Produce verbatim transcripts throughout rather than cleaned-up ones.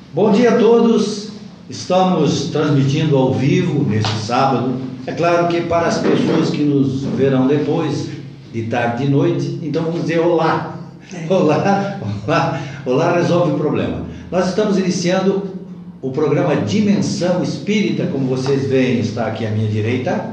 Bom dia a todos, estamos transmitindo ao vivo neste sábado. É claro que para as pessoas que nos verão depois, de tarde e de noite, então vamos dizer olá. Olá, olá, olá resolve o problema. Nós estamos iniciando o programa Dimensão Espírita, como vocês veem, está aqui à minha direita,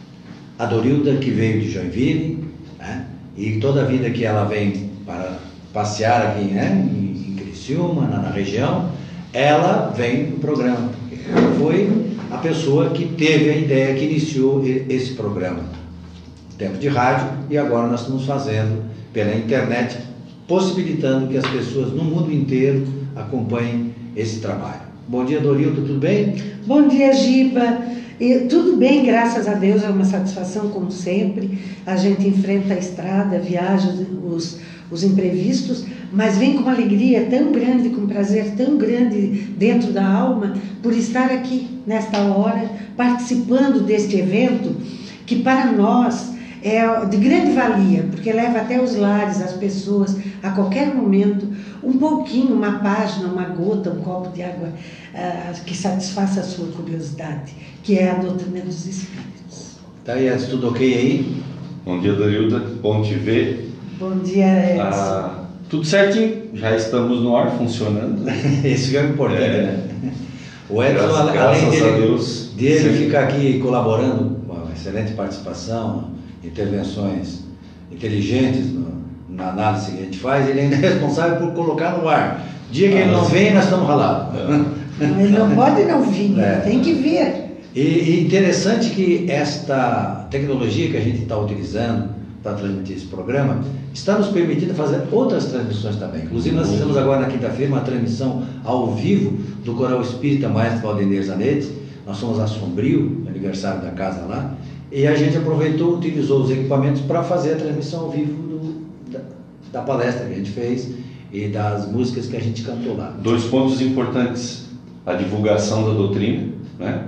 a Dorilda, que veio de Joinville, né? E toda a vida que ela vem para passear aqui, né? em, em Criciúma, na, na região, ela vem no programa, porque ela foi a pessoa que teve a ideia, que iniciou esse programa, tempo de rádio, e agora nós estamos fazendo pela internet, possibilitando que as pessoas no mundo inteiro acompanhem esse trabalho. Bom dia, Dorilda, tudo bem? Bom dia, Giba. E, tudo bem, graças a Deus, é uma satisfação como sempre. A gente enfrenta a estrada, viaja, os, os imprevistos, mas vem com uma alegria tão grande, com um prazer tão grande dentro da alma, por estar aqui, nesta hora, participando deste evento, que para nós é de grande valia, porque leva até os lares, as pessoas, a qualquer momento, um pouquinho, uma página, uma gota, um copo de água uh, que satisfaça a sua curiosidade, que é a doutrina dos Espíritos. Tá aí, Edson, tudo ok aí? Bom dia, Dorilda, bom te ver. Bom dia, Edson. Ah, tudo certinho, já estamos no ar, funcionando. Isso que é importante, é. né? O Edson, Graças, além graças dele, a Deus, dele ficar aqui colaborando com uma excelente participação, intervenções inteligentes no, na análise que a gente faz, ele ainda é responsável por colocar no ar. Dia que ah, ele não vem, nós estamos ralados. Não, ele não pode não vir, é. Ele tem que vir. E, e interessante que esta tecnologia que a gente está utilizando para transmitir esse programa está nos permitindo fazer outras transmissões também. Inclusive nós fizemos agora na quinta-feira uma transmissão ao vivo do Coral Espírita Maestro Valdemir Zanetti. Nós somos a Sombrio, aniversário da casa lá, e a gente aproveitou, utilizou os equipamentos para fazer a transmissão ao vivo do, da, da palestra que a gente fez e das músicas que a gente cantou lá. Dois pontos importantes: a divulgação da doutrina, né?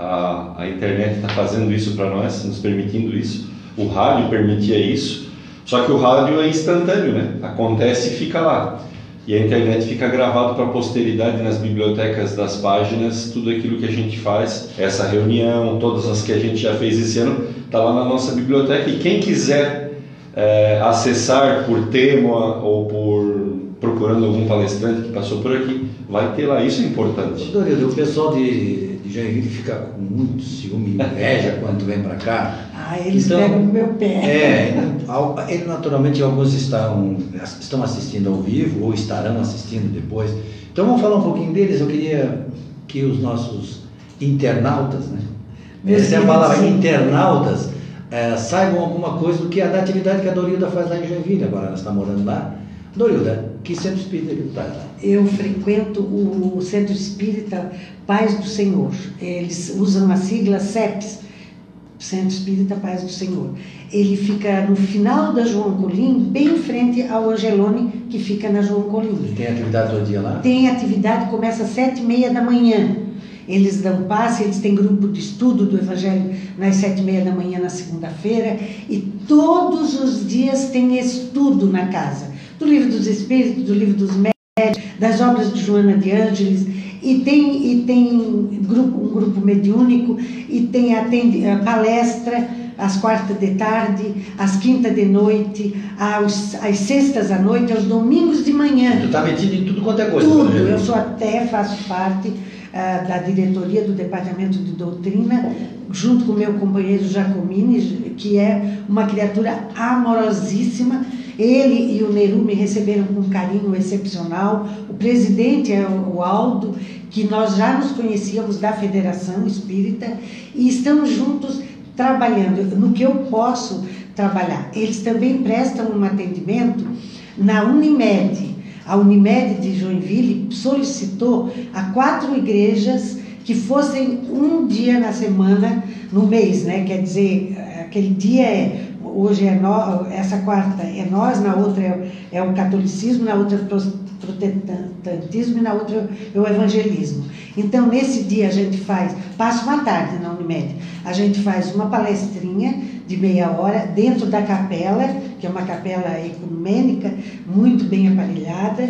a, a internet está fazendo isso para nós, nos permitindo isso. O rádio permitia isso, só que o rádio é instantâneo, né? Acontece e fica lá. E a internet fica gravado para a posteridade nas bibliotecas das páginas, tudo aquilo que a gente faz, essa reunião, todas as que a gente já fez esse ano, está lá na nossa biblioteca. E quem quiser é, acessar por tema ou por procurando algum palestrante que passou por aqui, vai ter lá. Isso é importante. Dorilda, o pessoal de, de Joinville fica com muito ciúme e inveja quando vem para cá. Ah, eles então, pegam no meu pé. É, ele, naturalmente alguns estão, estão assistindo ao vivo ou estarão assistindo depois. Então vamos falar um pouquinho deles. Eu queria que os nossos internautas, né? Essa é a palavra, internautas, é, saibam alguma coisa do que a da atividade que a Dorilda faz lá em Joinville. Agora ela está morando lá. Dorilda, que centro espírita que tu está lá? Eu frequento o Centro Espírita Paz do Senhor. Eles usam a sigla SEPS, Centro Espírita Paz do Senhor. Ele fica no final da João Colim, bem em frente ao Angelone, que fica na João Colim. Tem atividade todo dia lá? Tem atividade, começa às sete e meia da manhã. Eles dão passe, eles têm grupo de estudo do Evangelho nas sete e meia da manhã na segunda-feira, e todos os dias tem estudo na casa, do Livro dos Espíritos, do Livro dos Médiuns, das obras de Joana de Ângeles, e tem, e tem grupo, um grupo mediúnico, e tem atende, a palestra às quartas de tarde, às quintas de noite, aos, às sextas à noite, aos domingos de manhã. Tu está metido em tudo quanto é coisa. Tudo, eu sou até, faço parte uh, da diretoria do Departamento de Doutrina, junto com o meu companheiro Jacomini, que é uma criatura amorosíssima. Ele e o Neru me receberam com um carinho excepcional. O presidente é o Aldo, que nós já nos conhecíamos da Federação Espírita, e estamos juntos trabalhando no que eu posso trabalhar. Eles também prestam um atendimento na Unimed. A Unimed de Joinville solicitou a quatro igrejas que fossem um dia na semana, no mês, né? Quer dizer, aquele dia é... Hoje é no, essa quarta é nós, na outra é, é o catolicismo, na outra é o protestantismo e na outra é o evangelismo. Então, nesse dia a gente faz, passa uma tarde na Unimed, a gente faz uma palestrinha de meia hora dentro da capela, que é uma capela ecumênica, muito bem aparelhada,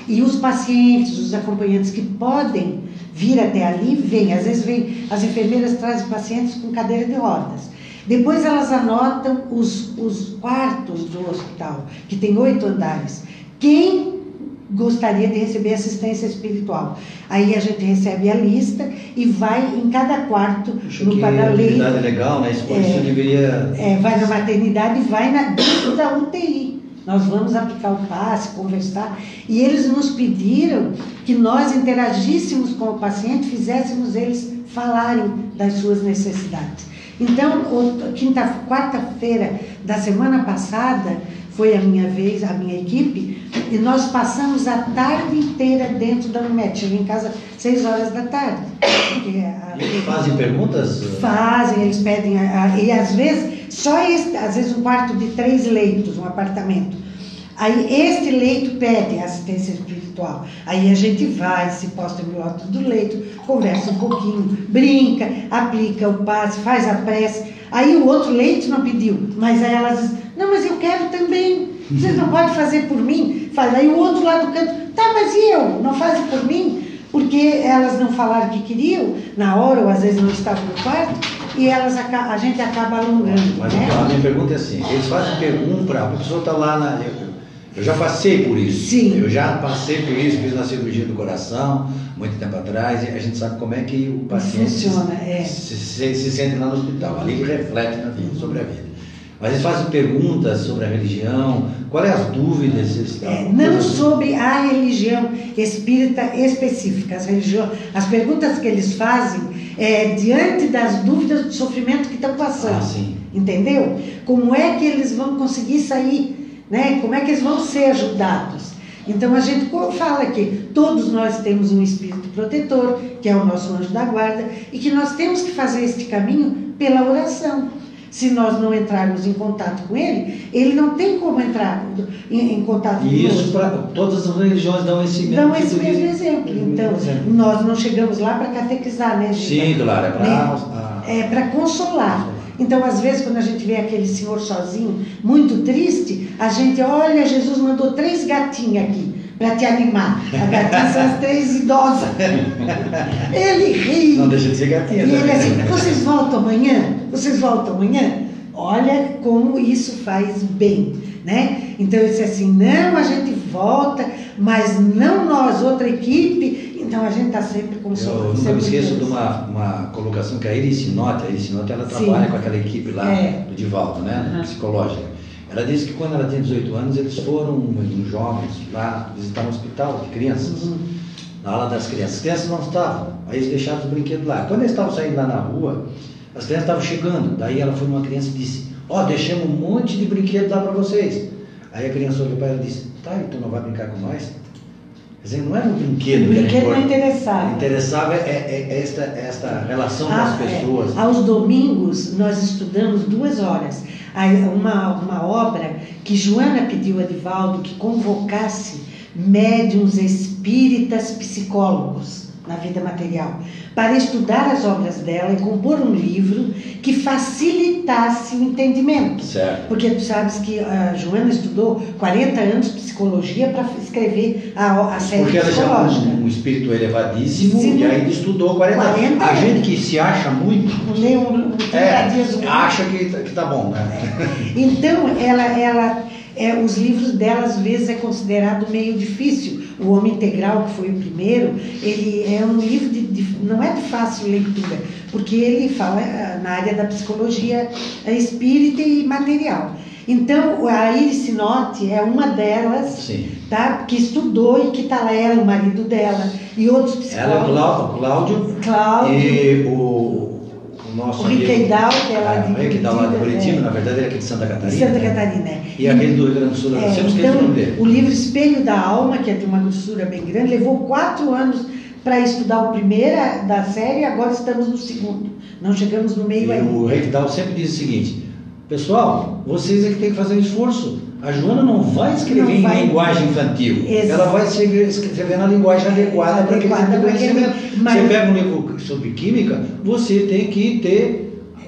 E os pacientes, os acompanhantes que podem vir até ali, vêm. Às vezes vêm, as enfermeiras trazem pacientes com cadeira de rodas. Depois elas anotam os, os quartos do hospital, que tem oito andares. Quem gostaria de receber assistência espiritual? Aí a gente recebe a lista e vai em cada quarto, Acho no que paralelepípedo. atividade legal, né? Isso pode É, ser, deveria... É, vai na maternidade e vai na, dentro da U T I. Nós vamos aplicar o passe, conversar. E eles nos pediram que nós interagíssemos com o paciente, fizéssemos eles falarem das suas necessidades. Então, o, quinta, quarta-feira da semana passada, foi a minha vez, a minha equipe, e nós passamos a tarde inteira dentro da Unimed. Cheguei em casa seis horas da tarde. A, Eles fazem perguntas? Fazem, eles pedem, a, a, e às vezes, só este, às vezes um quarto de três leitos, um apartamento. Aí este leito pede assistência espiritual. Aí a gente vai, se posta no alto do leito, conversa um pouquinho, brinca, aplica o passe, faz a prece. Aí o outro leito não pediu, mas aí elas dizem, não, mas eu quero também, vocês não podem fazer por mim? Faz. Aí o outro lá do canto, tá, mas e eu? Não fazem por mim? Porque elas não falaram que queriam, na hora, ou às vezes não estavam no quarto, e elas, a gente acaba alongando. Mas né? então, a minha pergunta é assim, eles fazem pergunta, a pessoa está lá na... Eu, eu já passei por isso. Sim. Eu já passei por isso, fiz na cirurgia do coração, muito tempo atrás, e a gente sabe como é que o paciente Funciona, é. se, se, se sente lá no hospital, ali reflete na vida, sobre a vida. Mas eles fazem perguntas sobre a religião, quais as dúvidas? Eles, É, não sobre a religião espírita específica, as, religião, as perguntas que eles fazem é diante das dúvidas do sofrimento que estão passando, Ah, sim. entendeu? Como é que eles vão conseguir sair, né? Como é que eles vão ser ajudados? Então a gente fala que todos nós temos um espírito protetor, que é o nosso anjo da guarda, e que nós temos que fazer este caminho pela oração. Se nós não entrarmos em contato com ele, ele não tem como entrar em, em contato E conosco. isso, pra, todas as religiões dão esse mesmo Dão esse tipo de- mesmo exemplo. Então, exemplo. nós não chegamos lá para catequizar, né, Gita? Sim, claro, é para... Né? É para consolar. Então, às vezes, quando a gente vê aquele senhor sozinho, muito triste, a gente, olha, Jesus mandou três gatinhas aqui para te animar. As gatinhas são as três idosas. Ele ri. Não deixa de ser gatinha, E ele né? assim, vocês voltam amanhã? Vocês voltam amanhã? Olha como isso faz bem, né? Então, eu disse assim, não, a gente volta, mas não nós, outra equipe. Então, a gente está sempre consolando. Eu nunca me sempre esqueço de Deus. uma, uma colocação que a Iris Sinotti, a Iris Sinotti, ela Sim. trabalha com aquela equipe lá É. do Divaldo, né? Uhum. Psicológica. Ela disse que quando ela tinha dezoito anos, eles foram, uns jovens, lá visitar um hospital de crianças, Uhum. na ala das crianças. As crianças não estavam, aí eles deixaram os brinquedos lá. Quando eles estavam saindo lá na rua, as crianças estavam chegando. Daí ela foi numa criança e disse, ó, oh, deixamos um monte de brinquedos lá para vocês. Aí a criança olhou para ela e disse, tá, então não vai brincar com nós? Quer dizer, não era um brinquedo. O que era brinquedo não importante. interessava. Interessava é, é, é esta, esta relação com Ah, as pessoas. é. Aos domingos, nós estudamos duas horas. Aí, Uma, uma obra que Joana pediu a Divaldo que convocasse médiuns espíritas psicólogos na vida material, para estudar as obras dela e compor um livro que facilitasse o entendimento. Certo. Porque tu sabes que a Joana estudou quarenta anos de psicologia para escrever a, a série Porque ela já é psicológica. um, um espírito elevadíssimo Sim. e ainda estudou quarenta anos. quarenta A anos. gente que se acha muito, Lê um, um trinta é, dias um acha que, tá- que tá bom, né? Então, ela, ela, é, os livros dela, às vezes, é considerado meio difícil. O Homem Integral, que foi o primeiro, ele é um livro, de, de, não é de fácil leitura, porque ele fala ah, na área da psicologia é, espírita e material. Então, a Iris Sinotti é uma delas, Sim. tá, que estudou e que está lá, ela, o marido dela, e outros Ela é o psicólogos. Clá- o Cláudio, Cláudio. e o, o nosso O amigo- Riqueidal, que é lá de Ah, o Riqueidal lá de Curitiba, Curitiba, é. na verdade ele é aqui de Santa Catarina. Santa né? Catarina, é. E aquele do Rio Grande do Sul, É, eu sempre esqueci então, o nome dele. o livro Espelho da Alma, que é de uma grossura bem grande, levou quatro anos para estudar o primeiro da série e agora estamos no segundo. Não chegamos no meio E ainda. o Riquidal sempre diz o seguinte, pessoal, vocês é que tem que fazer um esforço. A Joana não vai escrever Não em vai- linguagem infantil. Ex- Ela vai escrever, escrever na linguagem adequada para aquele tipo Adequada de para aquele- conhecimento. mas- Você pega um livro sobre química, você tem que ter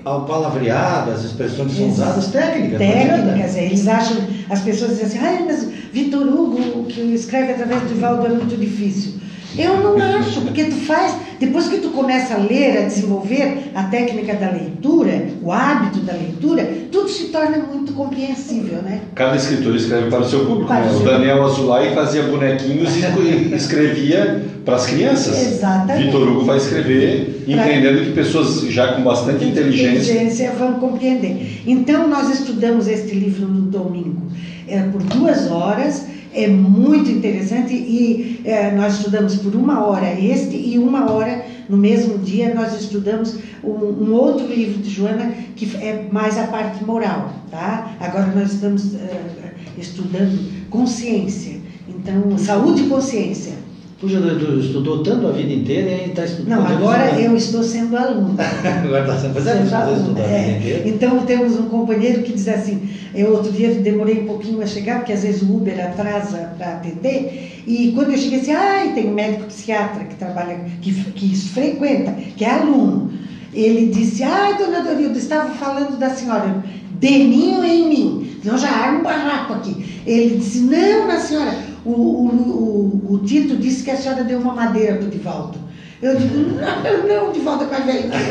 ao palavreado, as expressões que são usadas, técnicas. Técnicas, é, eles acham, as pessoas dizem assim, ah, mas Vitor Hugo, que escreve através do Divaldo, é muito difícil. Eu não acho, porque tu faz, depois que tu começa a ler, a desenvolver a técnica da leitura, o hábito da leitura, tudo se torna muito compreensível, né? Cada escritor escreve para o seu público, Para né? O Daniel Azulay fazia bonequinhos e escrevia para as crianças. Exatamente. Vitor Hugo vai escrever, Pra... entendendo que pessoas já com bastante inteligência... inteligência vão compreender. Então, nós estudamos este livro no domingo, é, por duas horas. É muito interessante e é, nós estudamos por uma hora este e uma hora no mesmo dia nós estudamos um, um outro livro de Joana que é mais a parte moral, tá? Agora nós estamos uh, estudando consciência, então saúde e consciência. Puxa, tu estudou tanto a vida inteira e está estudando... Não, agora eu estou sendo aluna. Agora está sendo, sendo aluna. a vida É. inteira. Então temos um companheiro que diz assim, eu outro dia demorei um pouquinho a chegar, porque às vezes o Uber atrasa para atender, e quando eu cheguei assim, ah, tem um médico psiquiatra que trabalha, que, que frequenta, que é aluno. Ele disse, ah, dona Dorilda, estava falando da senhora, de mim ou em mim? Não, já há um barraco aqui. Ele disse, não, na senhora, o, o, o, o Tito disse que a senhora deu uma madeira para o Divaldo. Eu digo, não, não, o Divaldo é mais velho que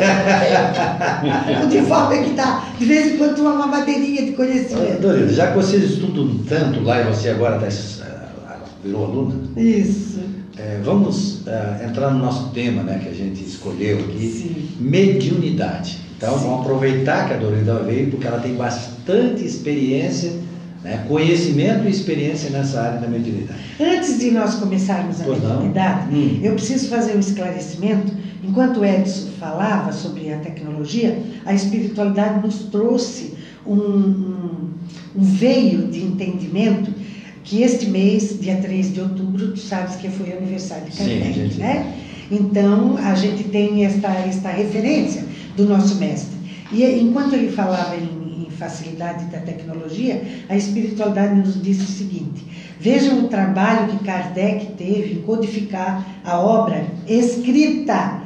eu. O Divaldo é que dá, de vez em quando, uma madeirinha de conhecimento. Dorilda, já que vocês estudam tanto lá e você agora tá, virou aluna, isso. É, vamos uh, entrar no nosso tema, né, que a gente escolheu aqui, Sim. mediunidade. Então, Sim. vamos aproveitar que a Dorilda veio, porque ela tem bastante experiência, né, conhecimento e experiência nessa área da mediunidade. Antes de nós começarmos a Pois não. mediunidade, Hum. eu preciso fazer um esclarecimento. Enquanto o Edson falava sobre a tecnologia, a espiritualidade nos trouxe um, um, um veio de entendimento que este mês, dia três de outubro, tu sabes que foi o aniversário de Kardec, Sim, gente. né? Então, a gente tem esta, esta referência do nosso mestre. E enquanto ele falava em, em facilidade da tecnologia, a espiritualidade nos disse o seguinte, vejam o trabalho que Kardec teve em codificar a obra escrita,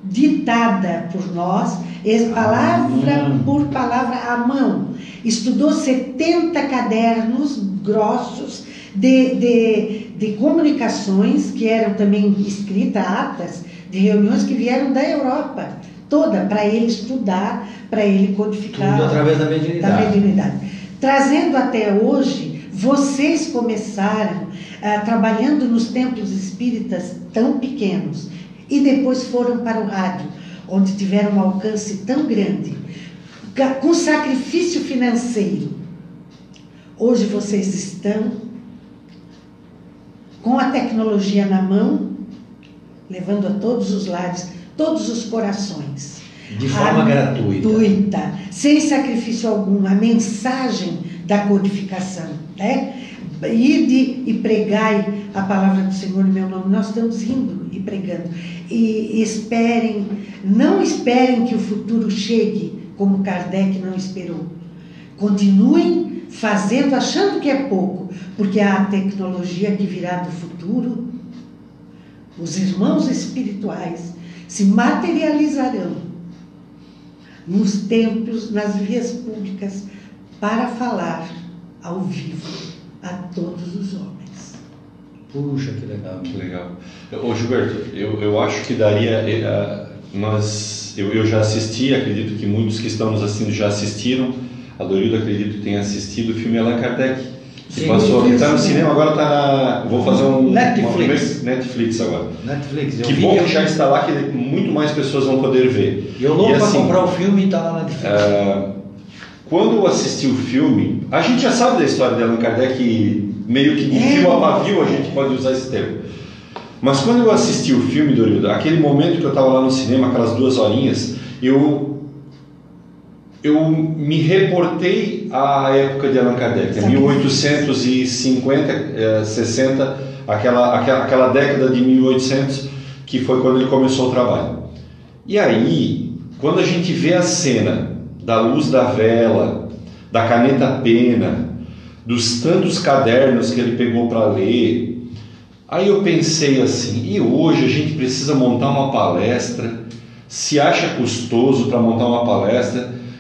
ditada por nós, palavra hum. por palavra à mão. Estudou setenta cadernos grossos de, de, de comunicações que eram também escritas, atas de reuniões que vieram da Europa toda, para ele estudar, para ele codificar. Tudo através da mediunidade. Da mediunidade. Trazendo até hoje, vocês começaram ah, trabalhando nos templos espíritas tão pequenos e depois foram para o rádio, onde tiveram um alcance tão grande, com sacrifício financeiro. Hoje vocês estão com a tecnologia na mão, levando a todos os lares, todos os corações. De forma a, gratuita. gratuita. Sem sacrifício algum, a mensagem da codificação, né? Ide e pregai a palavra do Senhor em meu nome. Nós estamos indo e pregando. E esperem, não esperem que o futuro chegue como Kardec não esperou. Continuem fazendo, achando que é pouco, porque a tecnologia que virá do futuro, os irmãos espirituais se materializarão nos templos, nas vias públicas, para falar ao vivo a todos os homens. Puxa, que legal. Que legal. Ô Gilberto, eu, eu acho que daria... Uh, nós, eu, eu já assisti, acredito que muitos que estão nos assistindo já assistiram, a Dorilda acredito que tenha assistido o filme Allan Kardec, que Sim, passou, está no sim. cinema, agora está na... Vou fazer um... Netflix. Uma, Netflix agora. Netflix. Eu Que vi, bom eu- que já está lá, que muito mais pessoas vão poder ver. E eu louco E para assim, comprar o filme e tá lá na Netflix. ah, quando eu assisti o filme, a gente já sabe da história de Allan Kardec, meio que de É. fio a pavio a gente pode usar esse termo. Mas quando eu assisti o filme, Dorilda, aquele momento que eu estava lá no cinema, aquelas duas horinhas, eu, eu me reportei à época de Allan Kardec, Sabe. mil oitocentos e cinquenta, eh, sessenta, aquela, aquela, aquela década de mil e oitocentos, que foi quando ele começou o trabalho. E aí, quando a gente vê a cena da luz da vela, da caneta pena, dos tantos cadernos que ele pegou para ler, aí eu pensei assim, e hoje a gente precisa montar uma palestra, se acha custoso para montar uma palestra,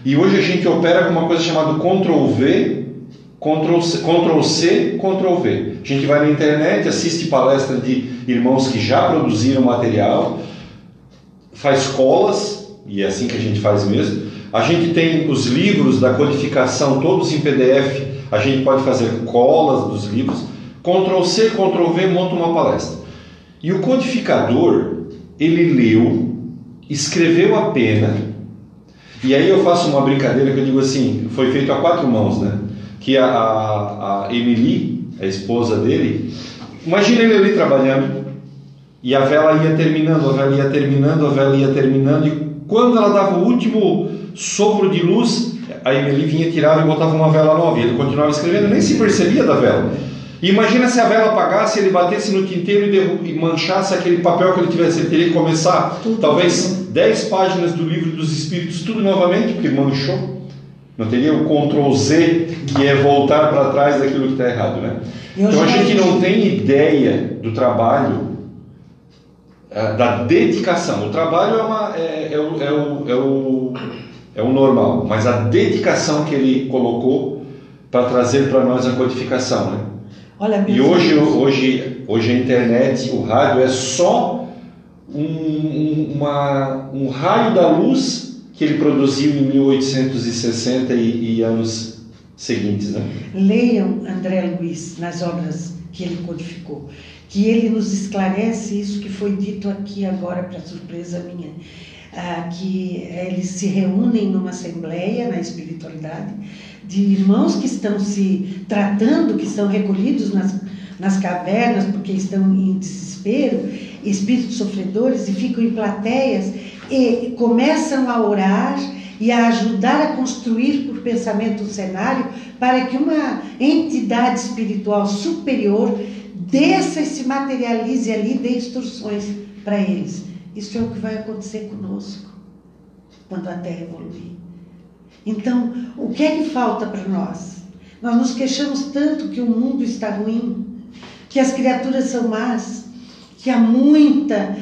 E hoje a gente opera com uma coisa chamada control V, control C, control C, control V. A gente vai na internet, assiste palestra de irmãos que já produziram material, faz colas, e é assim que a gente faz mesmo. A gente tem os livros da codificação, todos em P D F, a gente pode fazer colas dos livros. control C, control V, monta uma palestra. E o codificador, ele leu, escreveu a pena, e aí eu faço uma brincadeira que eu digo assim, foi feito a quatro mãos, né? Que a, a, a Emily, a esposa dele, imagina ele ali trabalhando, e a vela ia terminando, a vela ia terminando, a vela ia terminando, e quando ela dava o último sopro de luz, a Emily vinha, tirava e botava uma vela nova, e ele continuava escrevendo, nem se percebia da vela. E imagina se a vela apagasse, ele batesse no tinteiro e, derru- e manchasse aquele papel que ele tivesse, ele teria que começar tudo, talvez dez páginas do livro dos Espíritos, tudo novamente, porque manchou. Não teria o control Z, que é voltar para trás daquilo que está errado, né? Então a gente não tem ideia do trabalho, da dedicação. O trabalho é, uma, é, é, o, é, o, é, o, é o normal, mas a dedicação que ele colocou para trazer para nós a codificação, né? Olha, e hoje, hoje, hoje a internet, o rádio é só um, um, uma, um raio da luz que ele produziu em mil oitocentos e sessenta e, e anos seguintes, né? Leiam André Luiz nas obras que ele codificou, que ele nos esclarece isso que foi dito aqui agora, para surpresa minha, ah, que eles se reúnem numa assembleia na espiritualidade, de irmãos que estão se tratando, que estão recolhidos nas, nas cavernas porque estão em desespero, espíritos sofredores, e ficam em plateias e começam a orar e a ajudar a construir por pensamento um cenário para que uma entidade espiritual superior desça e se materialize ali e dê instruções para eles. Isso é o que vai acontecer conosco quando a Terra evoluir. Então, o que é que falta para nós? Nós nos queixamos tanto que o mundo está ruim, que as criaturas são más, que há muita,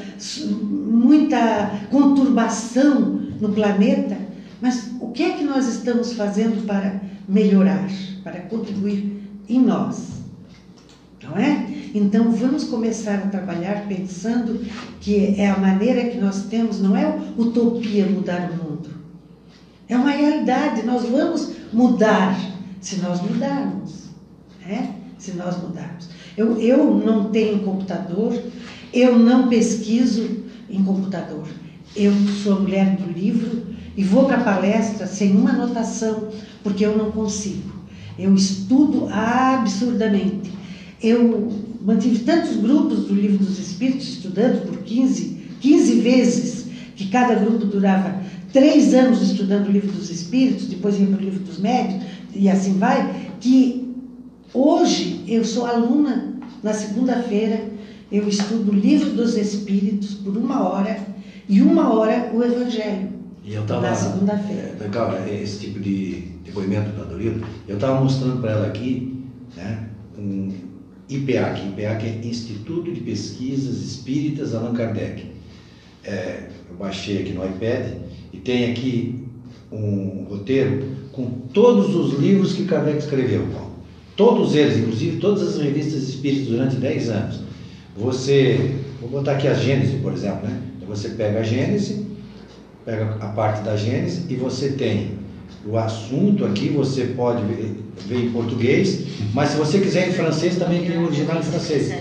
muita conturbação no planeta, mas o que é que nós estamos fazendo para melhorar, para contribuir em nós? Não é? Então vamos começar a trabalhar pensando que é a maneira que nós temos, não é utopia mudar o mundo. É uma realidade, nós vamos mudar se nós mudarmos. É? Se nós mudarmos. Eu, eu não tenho computador, eu não pesquiso em computador. Eu sou mulher do livro e vou para a palestra sem uma anotação, porque eu não consigo. Eu estudo absurdamente. Eu mantive tantos grupos do Livro dos Espíritos, estudando por quinze, quinze vezes, que cada grupo durava três anos estudando o Livro dos Espíritos, depois ia para o Livro dos Médiuns, e assim vai, que hoje eu sou aluna, na segunda-feira, eu estudo o Livro dos Espíritos por uma hora, e uma hora o Evangelho, e eu tava, na segunda-feira. É, legal, esse tipo de depoimento da Dorila, eu estava mostrando para ela aqui, né, um I P A C, I P A C é Instituto de Pesquisas Espíritas Allan Kardec. É, eu baixei aqui no iPad e tem aqui um roteiro com todos os livros que Kardec escreveu. Todos eles, inclusive todas as revistas espíritas durante dez anos. Você, vou botar aqui a Gênese, por exemplo, né? Então você pega a Gênese, pega a parte da Gênese e você tem o assunto aqui, você pode ver, ver em português, mas se você quiser em francês, também tem o original em francês.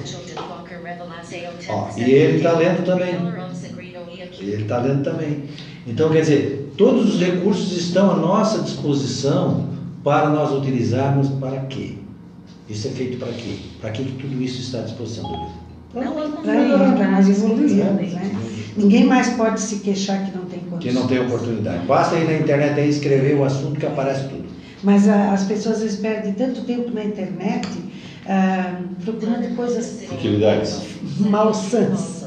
Ó, e ele está lendo também. Ele está lendo também. Então, quer dizer, todos os recursos estão à nossa disposição para nós utilizarmos para quê? Isso é feito para quê? Para que tudo isso está à disposição do livro? Para nós evoluirmos, né? Ninguém mais pode se queixar que não tem condições. Que não tem oportunidade. Basta ir na internet aí escrever o assunto que aparece tudo. Mas a, as pessoas às vezes perdem tanto tempo na internet ah, procurando coisas... Futilidades. Malsãs.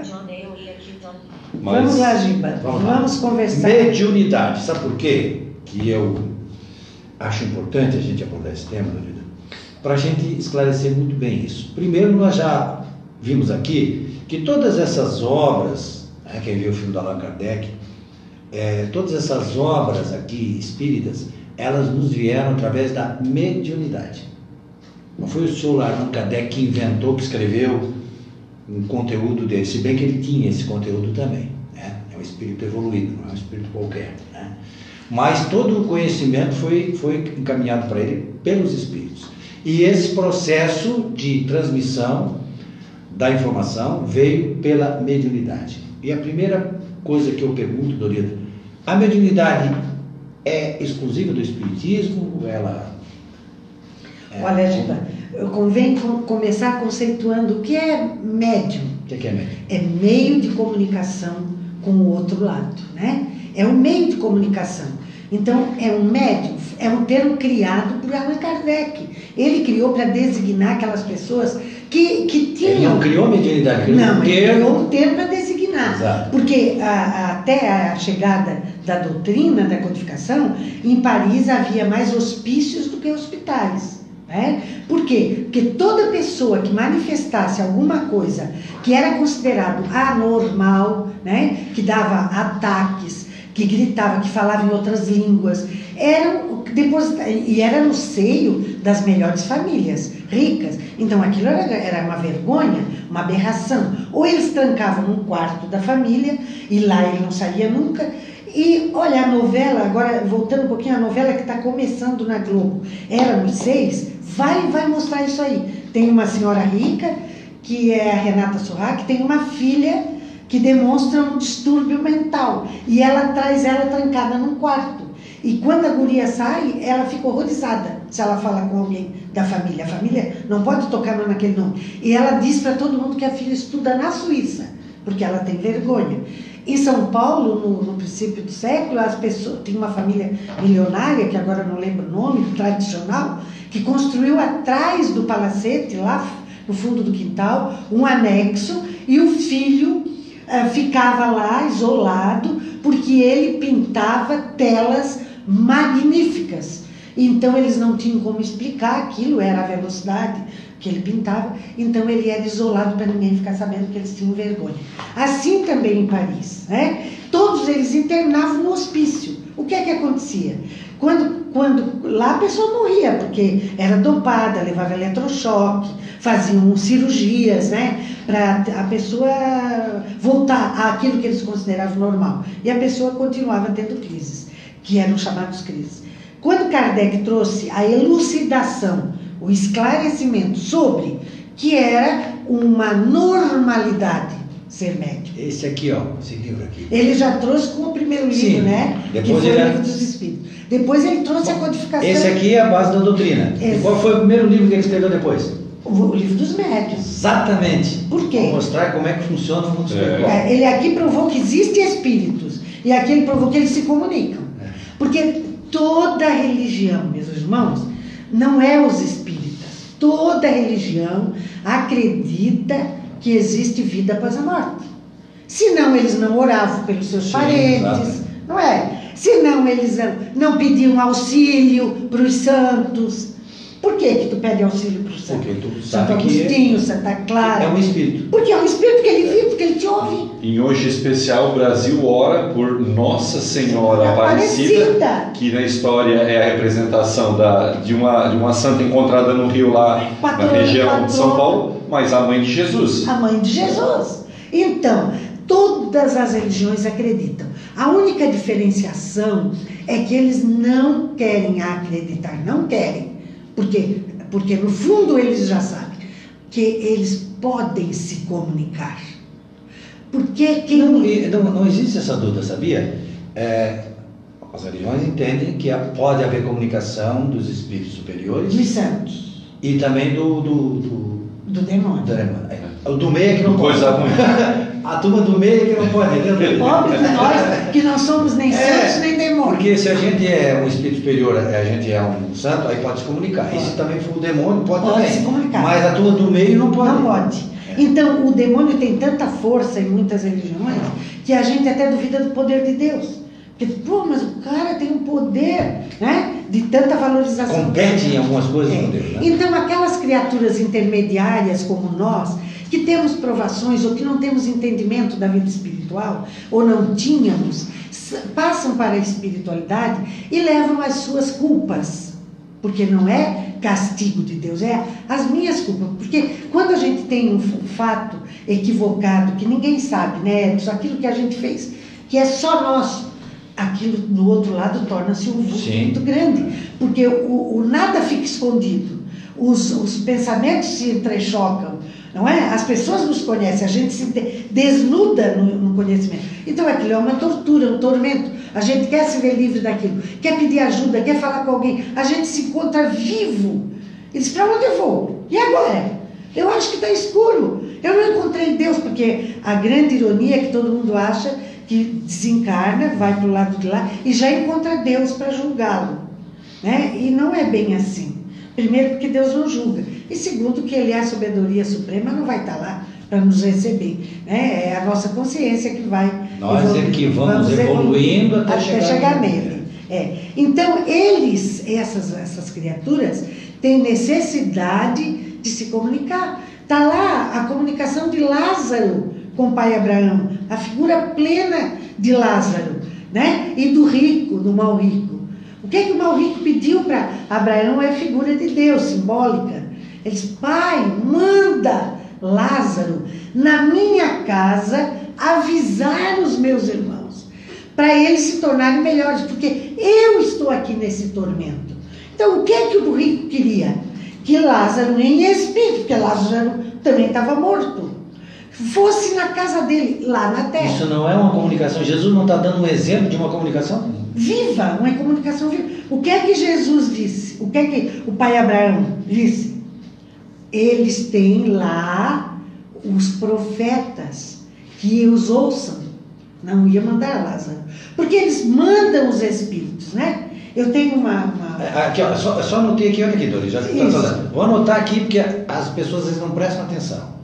Mas... Vamos lá, Giba. Vamos, Vamos conversar. Mediunidade. Sabe por quê que eu acho importante a gente abordar esse tema, Dorila? Para a gente esclarecer muito bem isso. Primeiro, nós já vimos aqui que todas essas obras, né, quem viu o filme do Allan Kardec, é, todas essas obras aqui espíritas, elas nos vieram através da mediunidade. Não foi o senhor Allan Kardec que inventou, que escreveu um conteúdo dele, se bem que ele tinha esse conteúdo também, né? É um espírito evoluído, não é um espírito qualquer, né? Mas todo o conhecimento foi, foi encaminhado para ele pelos espíritos. E esse processo de transmissão da informação veio pela mediunidade. E a primeira coisa que eu pergunto, Dorita, a mediunidade é exclusiva do espiritismo? Ela é... Olha, Gilda, convém começar conceituando o que é médium. O que é médium? É meio de comunicação com o outro lado, né? É um meio de comunicação. Então, é um médium, é um termo criado por Allan Kardec. Ele criou para designar aquelas pessoas que, que tinham... Ele não criou mediunidade, criou não, um ele termo. criou um termo para designar. Exato. Porque a, a, até a chegada da doutrina, da codificação, em Paris havia mais hospícios do que hospitais. Né? Por quê? Porque toda pessoa que manifestasse alguma coisa que era considerado anormal, né? Que dava ataques, que gritava, que falava em outras línguas, eram depositados, e era no seio das melhores famílias, ricas. Então aquilo era, era uma vergonha, uma aberração. Ou eles trancavam num quarto da família, e lá ele não saía nunca. E olha, a novela, agora voltando um pouquinho, a novela que está começando na Globo, Éramos Seis, vai, vai mostrar isso aí. Tem uma senhora rica, que é a Renata Sorra, que tem uma filha que demonstra um distúrbio mental, e ela traz ela trancada num quarto. E quando a guria sai, ela fica horrorizada se ela fala com alguém da família. A família não pode tocar naquele nome. E ela diz para todo mundo que a filha estuda na Suíça, porque ela tem vergonha. Em São Paulo, no, no princípio do século, as pessoas, tinha uma família milionária, que agora não lembro o nome, tradicional, que construiu atrás do palacete, lá no fundo do quintal, um anexo, e o filho Uh, ficava lá isolado, porque ele pintava telas magníficas. Então eles não tinham como explicar aquilo, era a velocidade que ele pintava, então ele era isolado para ninguém ficar sabendo que eles tinham vergonha. Assim também em Paris, né? Todos eles internavam no hospício. O que é que acontecia? Quando, quando lá a pessoa morria, porque era dopada, levava eletrochoque, faziam cirurgias, né? Para a pessoa voltar àquilo que eles consideravam normal. E a pessoa continuava tendo crises, que eram chamadas crises. Quando Kardec trouxe a elucidação, o esclarecimento sobre que era uma normalidade ser médium. Esse aqui, ó, esse livro aqui. Ele já trouxe com o primeiro livro, Sim. né? Depois que foi ele... o Livro dos Espíritos. Depois ele trouxe a codificação. Esse aqui é a base da doutrina. Esse. E qual foi o primeiro livro que ele escreveu depois? O Livro dos Médiuns. Exatamente. Por quê? Para mostrar como é que funciona o mundo espiritual. É, ele aqui provou que existem espíritos. E aqui ele provou que eles se comunicam. É. Porque toda religião, meus irmãos, não é os espíritas. Toda religião acredita que existe vida após a morte. Senão eles não oravam pelos seus Sim, parentes, exato. não é? Senão eles não pediam auxílio para os santos. Por que que tu pede auxílio para o santo? Porque tu Santo sabe que Agostinho, Santa Clara. é um espírito. Porque é um espírito que ele vive, porque ele te ouve. Em hoje especial, o Brasil ora por Nossa Senhora Aparecida. Aparecida, que na história é a representação da, de, uma, de uma santa encontrada no rio lá, Patrona, na região patrona. de São Paulo, mas a mãe de Jesus. A mãe de Jesus. Então, todas as religiões acreditam. A única diferenciação é que eles não querem acreditar, não querem. Porque, porque no fundo eles já sabem que eles podem se comunicar. Porque quem... Não, e não, não existe essa dúvida, sabia? É, as religiões entendem que pode haver comunicação dos espíritos superiores Dos santos. e também do, do, do, Do demônio. do demônio. É, o do meio é que não pode. Coisa ruim. A turma do meio é que não pode, entendeu? Pobre de nós, que não somos nem É, santos nem demônios. Porque se a gente é um espírito superior, a gente é um santo, aí pode se comunicar. E se também for o demônio, pode, Pode também. se comunicar. Mas a turma do meio não pode. Não pode. Então, o demônio tem tanta força em muitas religiões que a gente até duvida do poder de Deus. Porque, pô, mas o cara tem um poder, né, de tanta valorização. Compete em algumas coisas É. com Deus, né? Então, aquelas criaturas intermediárias como nós, que temos provações ou que não temos entendimento da vida espiritual, ou não tínhamos, passam para a espiritualidade e levam as suas culpas, porque não é castigo de Deus, é as minhas culpas. Porque quando a gente tem um fato equivocado, que ninguém sabe, né, só aquilo que a gente fez, que é só nosso, aquilo do outro lado torna-se um vulto muito grande, porque o, o nada fica escondido, os, os pensamentos se entrechocam, não é? As pessoas nos conhecem, a gente se desnuda no, no conhecimento. Então aquilo é uma tortura, um tormento. A gente quer se ver livre daquilo, quer pedir ajuda, quer falar com alguém, a gente se encontra vivo. E diz, para onde eu vou? E agora? Eu acho que está escuro. Eu não encontrei Deus, porque a grande ironia é que todo mundo acha que desencarna, vai para o lado de lá e já encontra Deus para julgá-lo, né? E não é bem assim. Primeiro, porque Deus não julga. E segundo, que Ele é a sabedoria suprema, não vai estar lá para nos receber, né? É a nossa consciência que vai... Nós evoluir, é que vamos, vamos evoluindo até, até chegar, chegar nele. É. Então, eles, essas, essas criaturas, têm necessidade de se comunicar. Está lá a comunicação de Lázaro com o pai Abraão, a figura plena de Lázaro, né? E do rico, do mal rico. O que é que o mal rico pediu para Abraão? É figura de Deus, simbólica. Ele disse, pai, manda Lázaro na minha casa avisar os meus irmãos, para eles se tornarem melhores, porque eu estou aqui nesse tormento. Então, o que é que o do rico queria? Que Lázaro, em espírito, porque Lázaro também estava morto, fosse na casa dele, lá na terra. Isso não é uma comunicação? Jesus não está dando um exemplo de uma comunicação? Viva, uma comunicação viva. O que é que Jesus disse? O que é que o pai Abraão disse? Eles têm lá os profetas que os ouçam. Não ia mandar Lázaro, porque eles mandam os espíritos, né? Eu tenho uma... uma... Aqui, ó, só, só anotei aqui, olha aqui, Dori, já que está falando. Vou anotar aqui, porque as pessoas às vezes não prestam atenção.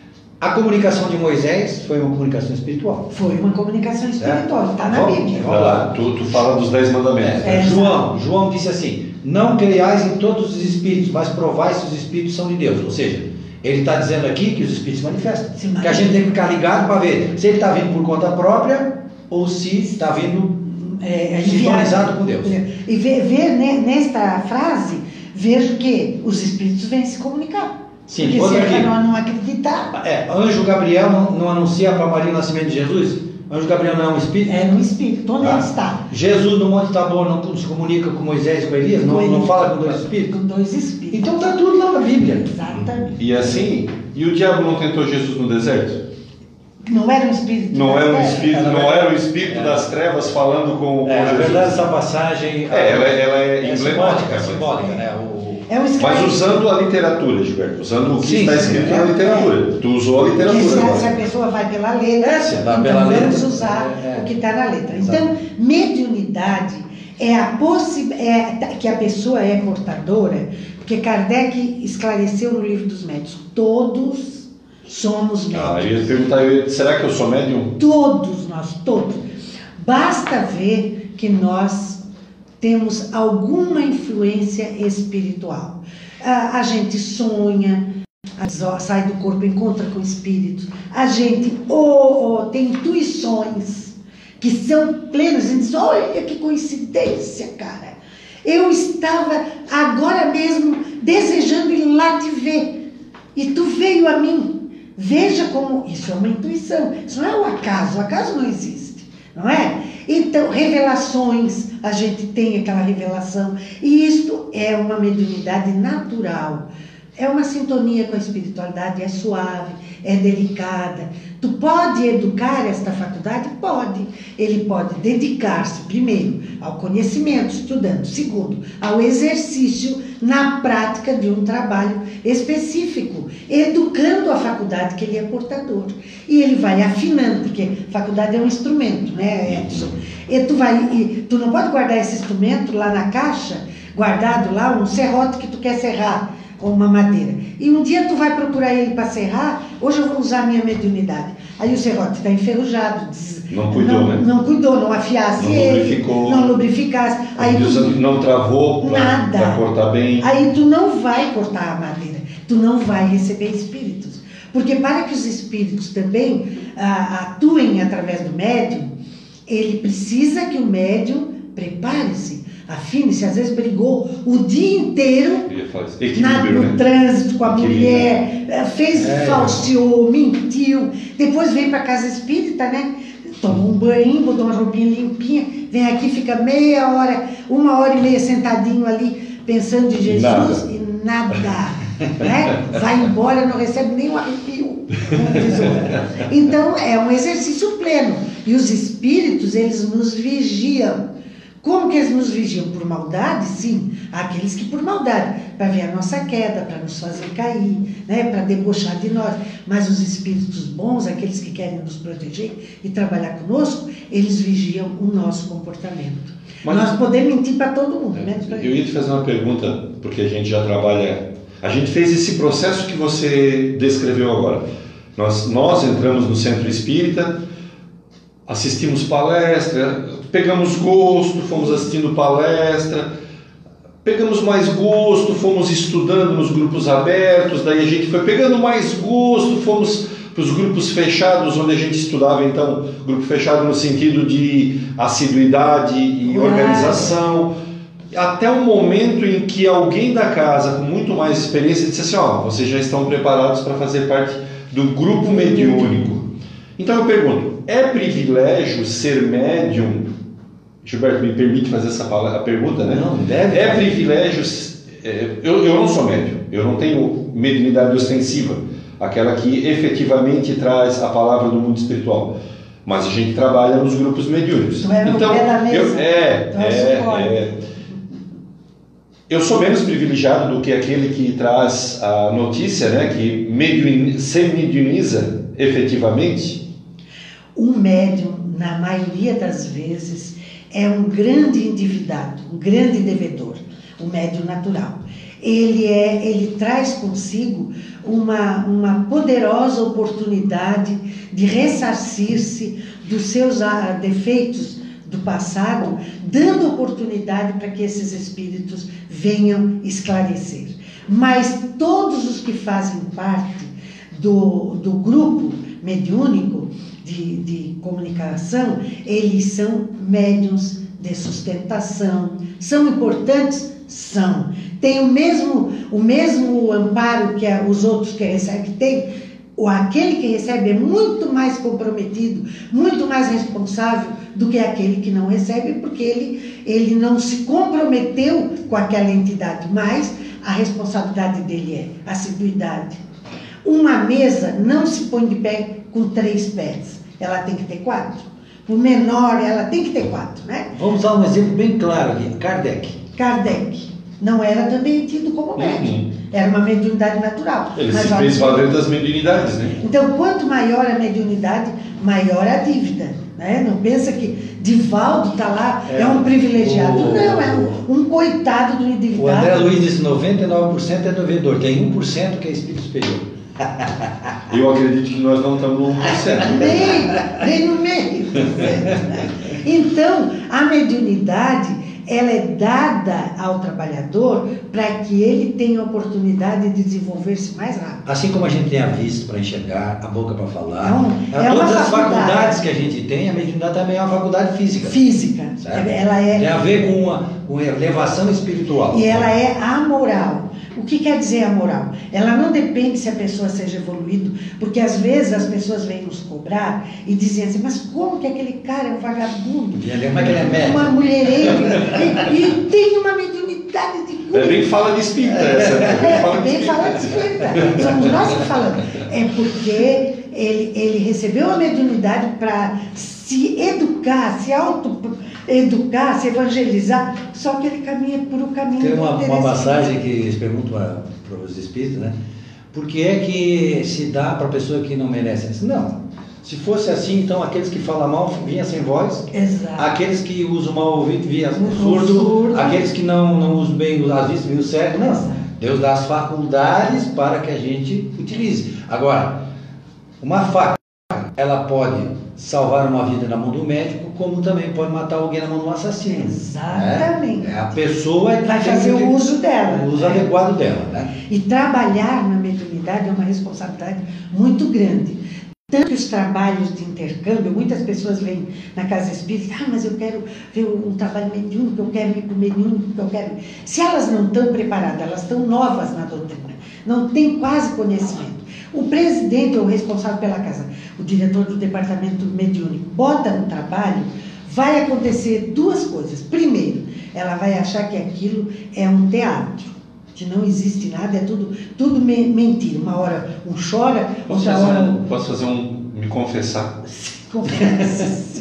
A comunicação de Moisés foi uma comunicação espiritual. Foi uma comunicação espiritual, está na Bíblia. Vamos lá, tu, tu fala dos dez mandamentos. É, João, João disse assim, não creiais em todos os espíritos, mas provai se os espíritos são de Deus. Ou seja, ele está dizendo aqui que os espíritos se manifestam. Se que a gente tem que ficar ligado para ver se ele está vindo por conta própria ou se está vindo é, sintonizado com Deus. E ver, ver né, nesta frase, vejo que os espíritos vêm se comunicar. Sim, porque se aqui, não, não acreditar... É, anjo Gabriel não, não anuncia para Maria o nascimento de Jesus? Anjo Gabriel não é um espírito? É um espírito, onde ah. ele está? Jesus no Monte Tabor não se comunica com Moisés e com Elias? Não, não fala com dois espíritos? Com dois espíritos. Então está tudo lá na Bíblia. Exatamente. E assim, e o diabo não tentou Jesus no deserto? Não era um espírito. Não era um espírito, era, não era o espírito é. das trevas falando com, com é, Jesus. Na verdade, essa passagem é, ela, ela é, é emblemática. É simbólica, né? O, É um Mas usando a literatura, Gilberto, usando o que sim, está escrito sim, na literatura. É. Tu usou a literatura. Se, agora. se a pessoa vai pela letra, é, se então pela vamos letra, usar é, é. o que está na letra. Então, mediunidade é a possibilidade, é, que a pessoa é portadora, porque Kardec esclareceu no Livro dos Médiuns, todos somos médiuns. Ah, eu ia perguntar, eu ia, será que eu sou médium? Todos nós, todos. Basta ver que nós temos alguma influência espiritual. A, a gente sonha, a, sai do corpo, encontra com espíritos. A gente oh, oh, tem intuições que são plenas. A gente diz, olha que coincidência, cara. Eu estava agora mesmo desejando ir lá te ver. E tu veio a mim. Veja como... Isso é uma intuição. Isso não é um acaso. O acaso não existe. Não é? Então, revelações, a gente tem aquela revelação, e isto é uma mediunidade natural, é uma sintonia com a espiritualidade, é suave, é delicada. Tu pode educar esta faculdade? Pode. Ele pode dedicar-se, primeiro, ao conhecimento, estudando, segundo, ao exercício na prática de um trabalho específico, educando a faculdade que ele é portador. E ele vai afinando, porque faculdade é um instrumento, né, Edson? E tu, vai, e tu não pode guardar esse instrumento lá na caixa, guardado lá, um serrote que tu quer serrar com uma madeira. E um dia tu vai procurar ele para serrar, hoje eu vou usar a minha mediunidade. Aí o serrote está enferrujado, des... não cuidou, não, né? Não cuidou, não afiasse não ele, lubrificou, não lubrificasse. Aí tu... Não travou para cortar bem. Aí tu não vai cortar a madeira, tu não vai receber espíritos. Porque para que os espíritos também ah, atuem através do médium, ele precisa que o médium prepare-se, afine-se. Às vezes brigou o dia inteiro na, no né? trânsito com a mulher, fez é. falseou, mentiu, depois vem para casa espírita, né? Toma um banho, botou uma roupinha limpinha, vem aqui, fica meia hora, uma hora e meia sentadinho ali, pensando em Jesus nada. e nada. Né? Vai embora, não recebe nem um arrepio. Então é um exercício pleno. E os espíritos, eles nos vigiam. Como que eles nos vigiam? Por maldade? Sim, aqueles que por maldade, para ver a nossa queda, para nos fazer cair, né? Para debochar de nós. Mas os espíritos bons, aqueles que querem nos proteger e trabalhar conosco, eles vigiam o nosso comportamento. Mas nós podemos mentir para todo mundo, é, né? Eu ia te fazer uma pergunta, porque a gente já trabalha... A gente fez esse processo que você descreveu agora. Nós, nós entramos no centro espírita, assistimos palestra, pegamos gosto, fomos assistindo palestra, pegamos mais gosto, fomos estudando nos grupos abertos, daí a gente foi pegando mais gosto, fomos para os grupos fechados, onde a gente estudava, então, grupo fechado no sentido de assiduidade e organização, até o momento em que alguém da casa com muito mais experiência disse assim, ó, vocês já estão preparados para fazer parte do grupo mediúnico. Então eu pergunto, é privilégio ser médium? Gilberto, me permite fazer essa palavra, a pergunta, né? Não, deve. É privilégio... É, eu, eu não sou médium, eu não tenho mediunidade ostensiva, aquela que efetivamente traz a palavra do mundo espiritual. Mas a gente trabalha nos grupos mediúnicos. Tu é no então, pé da mesa. Eu, é, tu é, é, eu sou menos privilegiado do que aquele que traz a notícia, né, que mediun, se mediuniza efetivamente. Um médium, na maioria das vezes, é um grande endividado, um grande devedor, o médium natural. Ele, é, ele traz consigo uma, uma poderosa oportunidade de ressarcir-se dos seus ah, defeitos do passado, dando oportunidade para que esses espíritos venham esclarecer. Mas todos os que fazem parte do, do grupo mediúnico de, de comunicação, eles são médiuns de sustentação. São importantes? São. Tem o mesmo, o mesmo amparo que os outros que recebem têm. Aquele que recebe é muito mais comprometido, muito mais responsável do que aquele que não recebe, porque ele, ele não se comprometeu com aquela entidade, mas a responsabilidade dele é assiduidade. Uma mesa não se põe de pé com três pés, ela tem que ter quatro. Por menor, ela tem que ter quatro, né? Vamos dar um exemplo bem claro aqui, Kardec. Kardec não era também tido como médium, uhum. Era uma mediunidade natural. Ele se fez valer das mediunidades, né? Então, quanto maior a mediunidade, maior a dívida, né? Não pensa que Divaldo está lá, é, é um privilegiado. O, não, é um, um coitado do endividado. O André Luiz disse noventa e nove por cento é devedor, tem um por cento que é espírito superior. Eu acredito que nós não estamos no um por cento. Nem, nem no meio. Então, a mediunidade, ela é dada ao trabalhador para que ele tenha a oportunidade de desenvolver-se mais rápido. Assim como a gente tem a vista para enxergar, a boca para falar, não, é todas uma as faculdade. faculdades que a gente tem, a mediunidade também é uma faculdade física. Física. Certo? Ela é... Tem a ver com uma, uma elevação espiritual. E ela é amoral. O que quer dizer amoral? Ela não depende se a pessoa seja evoluída, porque às vezes as pessoas vêm nos cobrar e dizem assim, mas como que aquele cara é um vagabundo? Como é que ele é médico? Uma mulherenga, e, e tem uma mediunidade de cura. É bem fala de espírita essa. É, bem fala de espírita. Somos nós que falamos. É porque ele, ele recebeu a mediunidade para se educar, se auto-educar, se evangelizar, só que ele caminha por um caminho... Tem uma, uma passagem que eles perguntam para os espíritos, né? Por que é que se dá para a pessoa que não merece? Disse, não, se fosse assim, então aqueles que falam mal vinham sem voz. Exato. Aqueles que usam mal o ouvido vinham surdo, surdo, aqueles que não, não usam bem as vistas vinham cego. Não, exato. Deus dá as faculdades para que a gente utilize. Agora, uma faca, ela pode salvar uma vida na mão do médico, como também pode matar alguém na mão do assassino. Exatamente. Né? A pessoa é que vai fazer o uso dela. O uso né? adequado dela. Né? E trabalhar na mediunidade espiritualidade é uma responsabilidade muito grande. Tanto os trabalhos de intercâmbio, muitas pessoas vêm na casa espírita, ah, mas eu quero ver um trabalho mediúnico, eu quero ir para o mediúnico, eu quero... Se elas não estão preparadas, elas estão novas na doutrina, não têm quase conhecimento. O presidente ou o responsável pela casa, o diretor do departamento mediúnico, bota no trabalho, vai acontecer duas coisas. Primeiro, ela vai achar que aquilo é um teatro, que não existe nada, é tudo, tudo me, mentira. Uma hora um chora, posso outra fazer hora... Um, posso fazer um... me confessar? Confessa.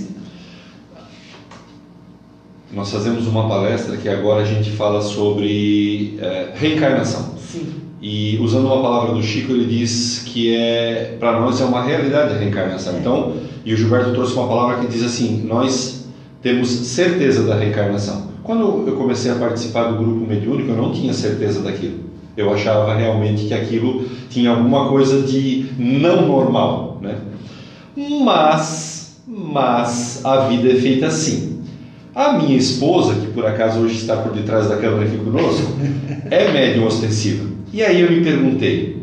Nós fazemos uma palestra que agora a gente fala sobre é, reencarnação. Sim. E usando uma palavra do Chico, ele diz que é, para nós é uma realidade a reencarnação. É. Então, e o Gilberto trouxe uma palavra que diz assim, nós temos certeza da reencarnação. Quando eu comecei a participar do grupo mediúnico, eu não tinha certeza daquilo. Eu achava realmente que aquilo tinha alguma coisa de não normal, né? Mas, mas a vida é feita assim. A minha esposa, que por acaso hoje está por detrás da câmera aqui conosco, é médium ostensiva. E aí eu me perguntei,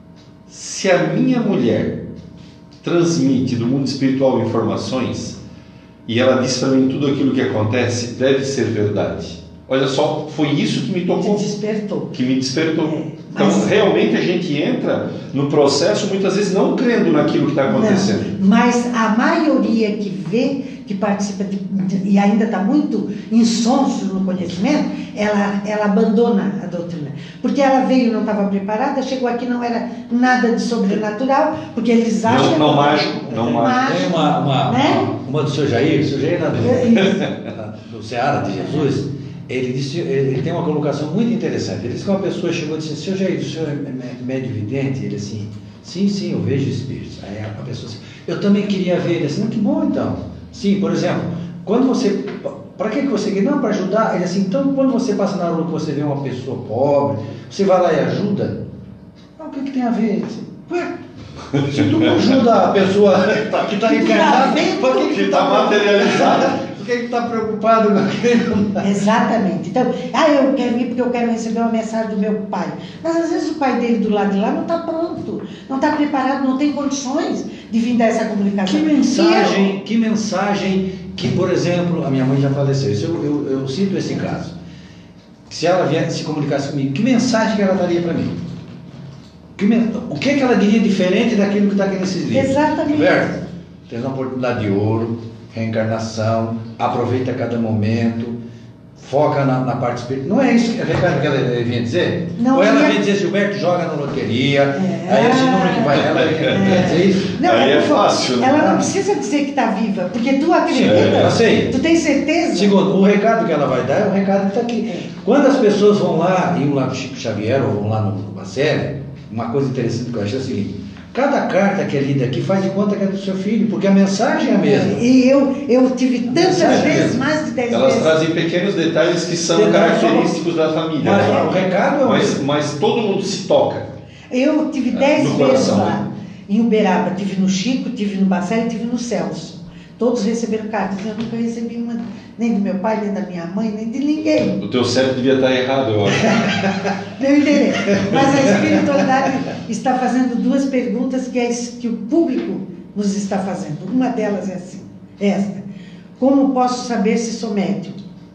se a minha mulher transmite do mundo espiritual informações e ela diz para mim tudo aquilo que acontece, deve ser verdade. Olha só, foi isso que me tocou. Te despertou. Que me despertou. É, então, mas... realmente a gente entra no processo muitas vezes não crendo naquilo que está acontecendo. Não, mas a maioria que vê, que participa de, de, e ainda está muito insonso no conhecimento, ela, ela abandona a doutrina. Porque ela veio, não estava preparada, chegou aqui, não era nada de sobrenatural, porque eles acham... Não, não mágico, não mágico. Tem uma, uma, né? uma, uma do seu Jair, o seu Jair na do, do Seara de Jesus, ele, disse, ele tem uma colocação muito interessante. Ele disse que uma pessoa chegou e disse, seu Jair, o senhor é médio vidente? Ele assim, sim, sim, eu vejo espíritos. Aí a pessoa assim, eu também queria ver. Ele assim, não, que bom então. Sim, por exemplo, quando você... Para que você quer? Não, para ajudar. Ele assim, então quando você passa na rua que você vê uma pessoa pobre, você vai lá e ajuda? Não, o que, que tem a ver? Ele assim, ué, se tu não ajuda a pessoa que está encarnada, por que que está materializada? Por que que está preocupado com aquilo? Exatamente. Então, ah, eu quero ir porque eu quero receber uma mensagem do meu pai. Mas às vezes o pai dele do lado de lá não está pronto, não está preparado, não tem condições de vir dar essa comunicação. Que mensagem, que mensagem que, por exemplo, a minha mãe já faleceu, isso eu, eu, eu cito esse caso. Se ela viesse se comunicasse comigo, que mensagem que ela daria para mim? Que, o que, que ela diria diferente daquilo que está aqui nesses livros? Exatamente. Roberto, tens uma oportunidade de ouro, reencarnação, aproveita cada momento, foca na, na parte espiritual. Não é isso que, recado que ela vinha dizer? Não, Ou ela ia... vinha dizer, Gilberto, joga na loteria, é, aí esse número que vai, ela vinha é, dizer isso? Não, aí é por favor, fácil. Ela não precisa dizer que está viva, porque tu acredita, Sim, eu sei. tu tem certeza? Segundo, o recado que ela vai dar é o recado que está aqui. É. Quando as pessoas vão lá, iam lá no Chico Xavier ou vão lá no, no Bacelli, uma coisa interessante que eu achei é o seguinte, cada carta que é lida aqui faz de conta que é do seu filho, porque a mensagem é a mesma. E eu, eu tive tantas vezes, mais de dez Elas vezes. trazem pequenos detalhes que são Detalhes característicos da família. Mas né? o recado é o mas, mesmo. mas todo mundo se toca. Eu tive É, dez no vezes coração, lá, né? em Uberaba. Tive no Chico, tive no Bacelli, tive no Celso. Todos receberam cartas. Eu nunca recebi uma, nem do meu pai, nem da minha mãe, nem de ninguém. O teu cérebro devia estar errado, eu acho. Não interessa. Mas a espiritualidade está fazendo duas perguntas que, é, que o público nos está fazendo. Uma delas é assim, esta. Como posso saber se sou médium?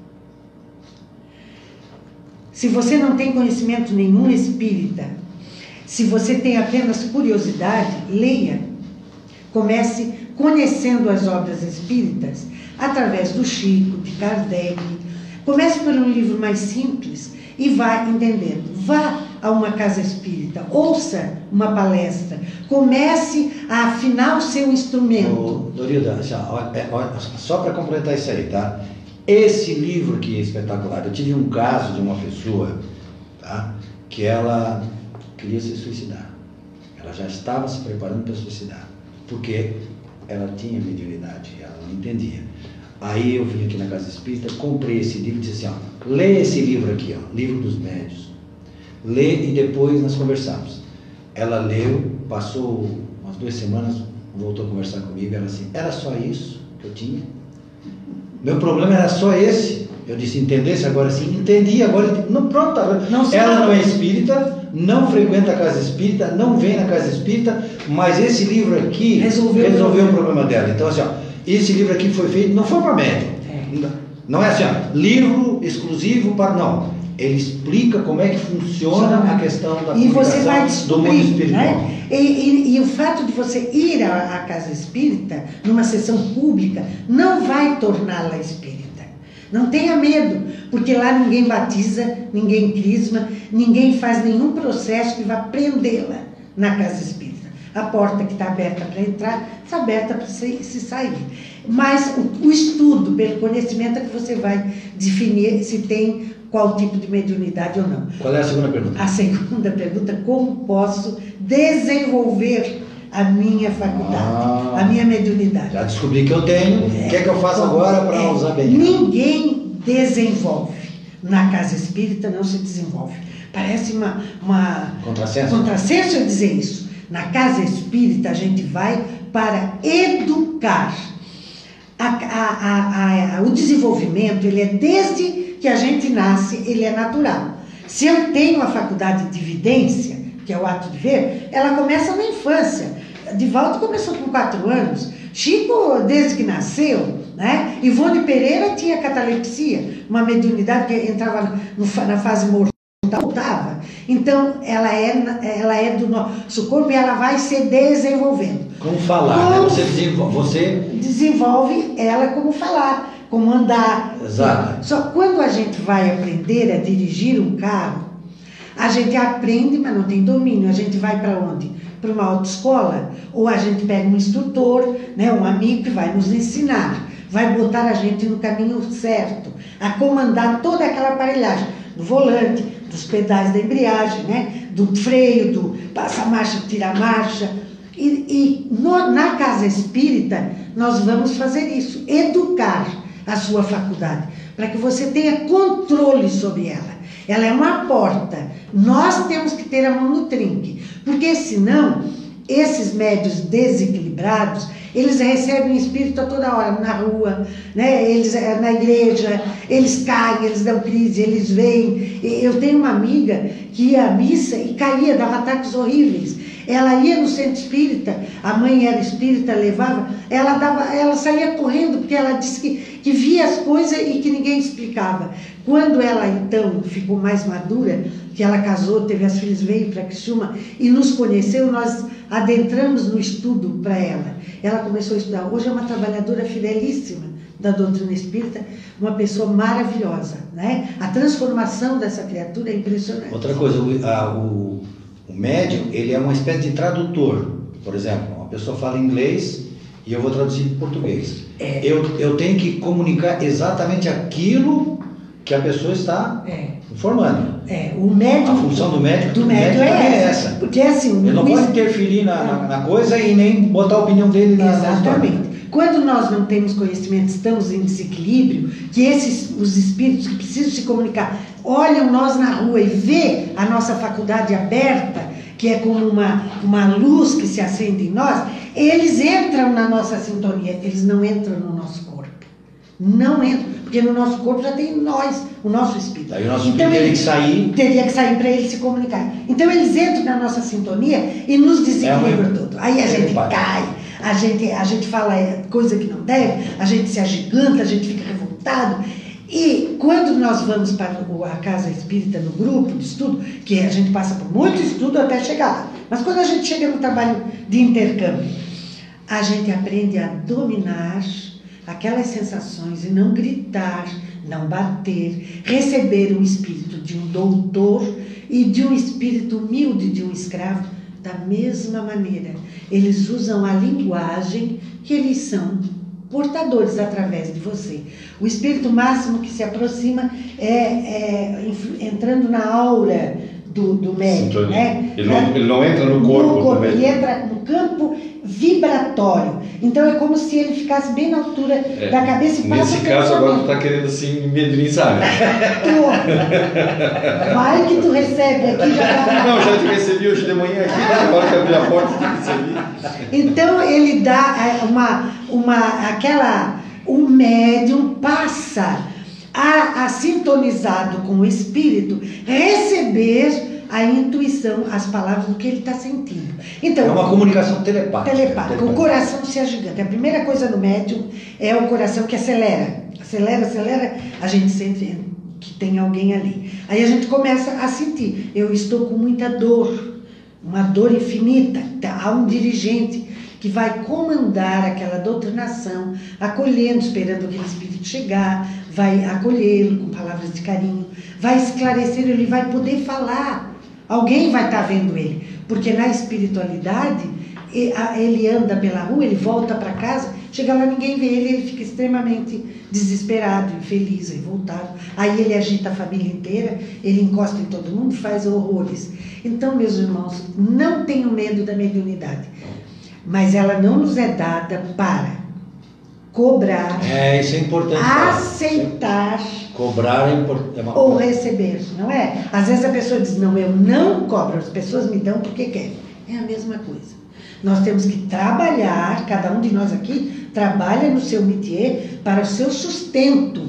Se você não tem conhecimento nenhum espírita, se você tem apenas curiosidade, leia. Comece conhecendo as obras espíritas através do Chico, de Kardec. Comece por um livro mais simples e vá entendendo. Vá a uma casa espírita, ouça uma palestra, comece a afinar o seu instrumento. Ô, Dorilda, só para completar isso aí, tá? Esse livro aqui é espetacular. Eu tive um caso de uma pessoa, tá? Que ela queria se suicidar. Ela já estava se preparando para suicidar, porque ela tinha mediunidade, ela não entendia. Aí eu vim aqui na Casa Espírita, comprei esse livro e disse assim, ó, lê esse livro aqui, ó, Livro dos Médios. Lê e depois nós conversamos. Ela leu, passou umas duas semanas, voltou a conversar comigo, ela assim, era só isso que eu tinha? Meu problema era só esse? Eu disse, entendesse agora sim? Entendi, agora, não, pronto, não ela não é espírita, não frequenta a casa espírita, não vem na casa espírita, mas esse livro aqui resolveu, resolveu o problema dela. Então, assim, ó, esse livro aqui foi feito, não foi para médium. É. Não é assim, ó, livro exclusivo para... Não. Ele explica como é que funciona a questão da e você vai do mundo espiritual. Né? E, e, e o fato de você ir à, à casa espírita, numa sessão pública, não vai torná-la espírita. Não tenha medo, porque lá ninguém batiza, ninguém crisma, ninguém faz nenhum processo que vá prendê-la na casa espírita. A porta que está aberta para entrar, está aberta para se, se sair. Mas o, o estudo, pelo conhecimento, é que você vai definir se tem qual tipo de mediunidade ou não. Qual é a segunda pergunta? A segunda pergunta, como posso desenvolver a minha faculdade, ah, a minha mediunidade? Já descobri que eu tenho, o é, que é que eu faço agora para é, usar bem? Ninguém desenvolve. Na casa espírita não se desenvolve. Parece uma... uma contrassenso? Contrassenso eu dizer isso. Na casa espírita a gente vai para educar. A, a, a, a, o desenvolvimento, ele é desde que a gente nasce, ele é natural. Se eu tenho a faculdade de vidência, que é o ato de ver, ela começa na infância. Divaldo começou com quatro anos, Chico desde que nasceu, né? Ivone Pereira tinha catalepsia, uma mediunidade que entrava no, na fase mortal, voltava. Então, ela é, ela é do nosso corpo e ela vai se desenvolvendo. Como falar, como, né? Você desenvolve, você desenvolve ela como falar, como andar. Exato. Só quando a gente vai aprender a dirigir um carro, a gente aprende, mas não tem domínio. A gente vai para onde? Para uma autoescola? Ou a gente pega um instrutor, né, um amigo que vai nos ensinar, vai botar a gente no caminho certo, a comandar toda aquela aparelhagem, do volante, dos pedais da embreagem, né, do freio, do passa-marcha, tira-marcha. E, e no, na casa espírita, nós vamos fazer isso, educar a sua faculdade, para que você tenha controle sobre ela. Ela é uma porta, nós temos que ter a mão no trinque, porque senão, esses médios desequilibrados, eles recebem espírito a toda hora, na rua, né? Eles, na igreja, eles caem, eles dão crise, eles vêm. Eu tenho uma amiga que ia à missa e caía, dava ataques horríveis. Ela ia no centro espírita, a mãe era espírita, levava, ela, dava, ela saía correndo, porque ela disse que, que via as coisas e que ninguém explicava. Quando ela, então, ficou mais madura, que ela casou, teve as filhas, veio para Criciúma e nos conheceu, nós adentramos no estudo para ela. Ela começou a estudar. Hoje é uma trabalhadora fidelíssima da doutrina espírita, uma pessoa maravilhosa, né? A transformação dessa criatura é impressionante. Outra coisa, o, a, o, o médium, ele é uma espécie de tradutor. Por exemplo, uma pessoa fala inglês e eu vou traduzir para português. É. Eu, eu tenho que comunicar exatamente aquilo que a pessoa está é. informando. É, o médium, a função do médium, do médium, médium é, é essa. Porque assim, ele não pode interferir na, na, na coisa e nem botar a opinião dele na Exatamente. Na Quando nós não temos conhecimento, estamos em desequilíbrio, que esses, os espíritos que precisam se comunicar, olham nós na rua e vê a nossa faculdade aberta, que é como uma, uma luz que se acende em nós, eles entram na nossa sintonia, eles não entram no nosso corpo. Não entram, porque no nosso corpo já tem nós, o nosso espírito. Aí o nosso então, espírito teria que sair. Teria que sair para eles se comunicar. Então eles entram na nossa sintonia e nos desequilibram é tudo. Aí a gente cai, a gente, a gente fala coisa que não deve, a gente se agiganta, a gente fica revoltado. E quando nós vamos para a casa espírita no grupo de estudo, que a gente passa por muito estudo até chegar lá, mas quando a gente chega no trabalho de intercâmbio, a gente aprende a dominar aquelas sensações e não gritar, não bater, receber um espírito de um doutor e de um espírito humilde de um escravo da mesma maneira. Eles usam a linguagem que eles são portadores através de você. O espírito máximo que se aproxima é, é entrando na aura do, do médium, né? Ele não, ele não entra no corpo, no corpo ele entra no campo vibratório. Então é como se ele ficasse bem na altura é, da cabeça e passa. Nesse caso agora tu está querendo assim me edrinçar, né? Tu, vai que tu recebe aqui já. Não, já te recebi hoje de manhã aqui, né? Agora que abri a porta te recebi. Então ele dá uma, uma aquela, o médium passa a, a sintonizado com o espírito, receber a intuição, as palavras do que ele está sentindo. Então, é uma comunicação telepática. Telepática. telepática. O coração se agiganta. A primeira coisa no médium é o coração que acelera. Acelera, acelera, a gente sente que tem alguém ali. Aí a gente começa a sentir, eu estou com muita dor, uma dor infinita. Há um dirigente que vai comandar aquela doutrinação, acolhendo, esperando aquele espírito chegar, vai acolhê-lo com palavras de carinho, vai esclarecer, ele vai poder falar. Alguém vai estar vendo ele, porque na espiritualidade, ele anda pela rua, ele volta para casa, chega lá, ninguém vê ele, ele fica extremamente desesperado, infeliz, revoltado. Aí ele agita a família inteira, ele encosta em todo mundo, faz horrores. Então, meus irmãos, não tenham medo da mediunidade, mas ela não nos é dada para cobrar, é, isso é importante, aceitar, cobrar é importante, é uma... ou receber, não é? Às vezes a pessoa diz, não, eu não cobro, as pessoas me dão porque querem. É a mesma coisa. Nós temos que trabalhar, cada um de nós aqui trabalha no seu métier para o seu sustento.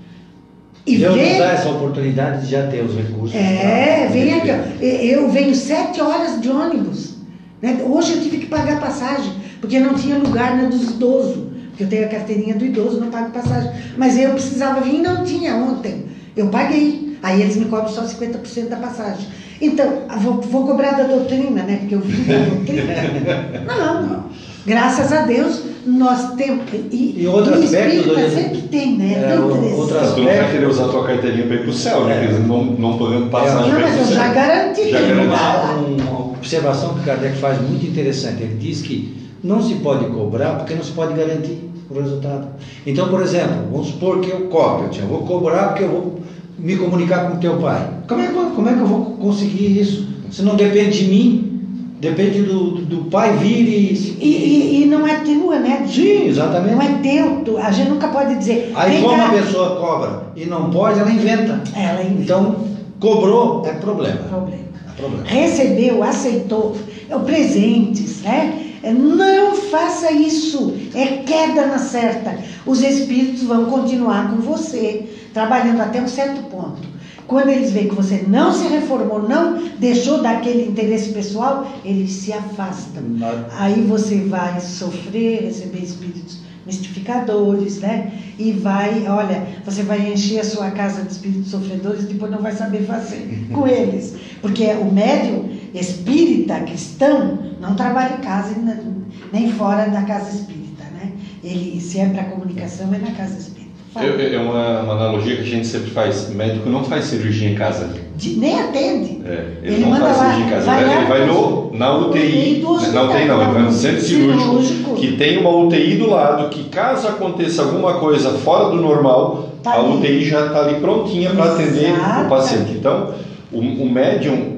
E Deus vem... nos dá essa oportunidade de já ter os recursos. É, vem aqui, ó. Eu venho sete horas de ônibus. Né? Hoje eu tive que pagar passagem, porque não tinha lugar na dos idosos. Porque eu tenho a carteirinha do idoso, não pago passagem. Mas eu precisava vir e não tinha ontem. Eu paguei. Aí eles me cobram só cinquenta por cento da passagem. Então, vou, vou cobrar da doutrina, né? Porque eu vim da doutrina. Não, não. Graças a Deus, nós temos... E, e outro e aspecto... espírita do... sempre tem, né? É, outro aspecto... Tu não vai querer usar a tua carteirinha para ir para o céu, né? É. Não, não pagando passagem Não, para ir mas para o eu céu. já garanti. Já garanti. Uma, uma observação que o Kardec faz muito interessante. Ele diz que não se pode cobrar porque não se pode garantir o resultado. Então, por exemplo, vamos supor que eu cobro. Eu vou cobrar porque eu vou me comunicar com o teu pai. Como é, que, como é que eu vou conseguir isso? Se não depende de mim, depende do, do, do pai vir e... E, e, e não é tua, né? Sim, exatamente. Não é teu, tu, a gente nunca pode dizer... Aí como cá. a pessoa cobra e não pode, ela inventa. Ela inventa. Então, cobrou, é problema. Problema. É problema. Recebeu, aceitou, é o presentes, né? Não faça isso, é queda na certa. Os espíritos vão continuar com você, trabalhando até um certo ponto. Quando eles veem que você não se reformou, não deixou daquele interesse pessoal, eles se afastam. Mas... Aí você vai sofrer, receber espíritos mistificadores, né? E vai, olha, você vai encher a sua casa de espíritos sofredores e depois não vai saber fazer com eles. Porque o médium espírita, cristão, não trabalha em casa nem fora da casa espírita, né? Ele, se é para comunicação, é na casa espírita. É uma, uma analogia que a gente sempre faz. O médico não faz cirurgia em casa. De, nem atende. É, ele, ele não faz lá, cirurgia em casa. Vai ele lá, vai no, na U T I. Na U T I não, ele vai no centro cirúrgico, cirúrgico, que tem uma U T I do lado, que caso aconteça alguma coisa fora do normal, tá a ali. U T I já está ali prontinha para atender o paciente. Então, o, o médium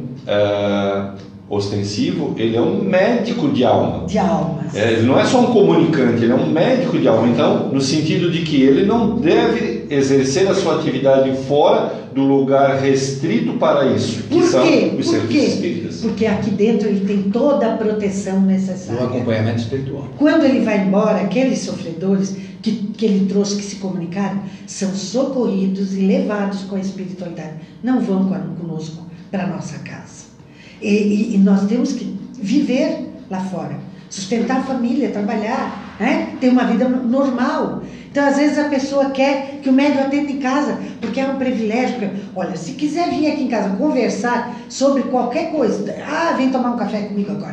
uh, ostensivo, ele é um médico de alma. De almas. É, ele não é só um comunicante, ele é um médico de alma. Então, no sentido de que ele não deve exercer a sua atividade fora do lugar restrito para isso, que Por são quê? os Por serviços quê? espíritas. Porque aqui dentro ele tem toda a proteção necessária. O acompanhamento espiritual. Quando ele vai embora, aqueles sofredores que, que ele trouxe, que se comunicaram, são socorridos e levados com a espiritualidade. Não vão conosco para a nossa casa. E, e, e nós temos que viver lá fora, sustentar a família, trabalhar, né? Ter uma vida normal. Então, às vezes, a pessoa quer que o médium atenda em casa, porque é um privilégio. Porque, olha, se quiser vir aqui em casa conversar sobre qualquer coisa, ah, vem tomar um café comigo agora.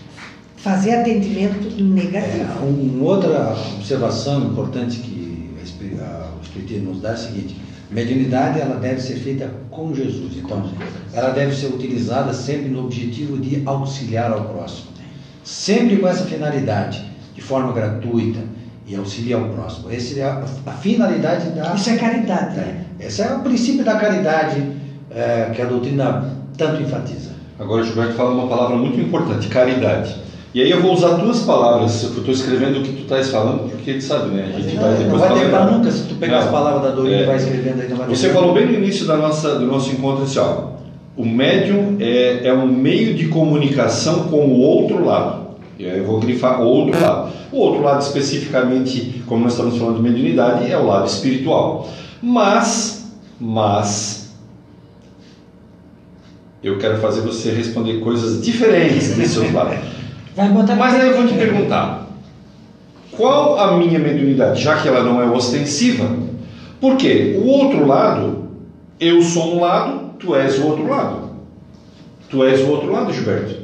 Fazer atendimento negativo. É, uma outra observação importante que o Espiritismo nos dá é a seguinte: a mediunidade ela deve ser feita com Jesus. Então, ela deve ser utilizada sempre no objetivo de auxiliar ao próximo. Sempre com essa finalidade, de forma gratuita, e auxiliar o próximo. Essa é a, a finalidade da... Isso é caridade, né? Esse é o princípio da caridade é, que a doutrina tanto enfatiza. Agora o Gilberto fala uma palavra muito importante, caridade. E aí eu vou usar duas palavras, eu estou escrevendo o que tu estás falando, porque tu sabe, né? A gente não, vai depois não vai terminar nunca se tu pegar não, as palavras da doutrina é, e vai escrevendo aí. Não vai você falou bem no início da nossa, do nosso encontro assim, ó, o médium é, é um meio de comunicação com o outro lado. Eu vou grifar o outro lado. O outro lado, especificamente, como nós estamos falando de mediunidade, é o lado espiritual. Mas, mas, eu quero fazer você responder coisas diferentes desse outro lado. Vai botar Mas aí eu vou te perguntar, qual a minha mediunidade, já que ela não é ostensiva? Por quê? O outro lado, eu sou um lado, tu és o outro lado. Tu és o outro lado, Gilberto.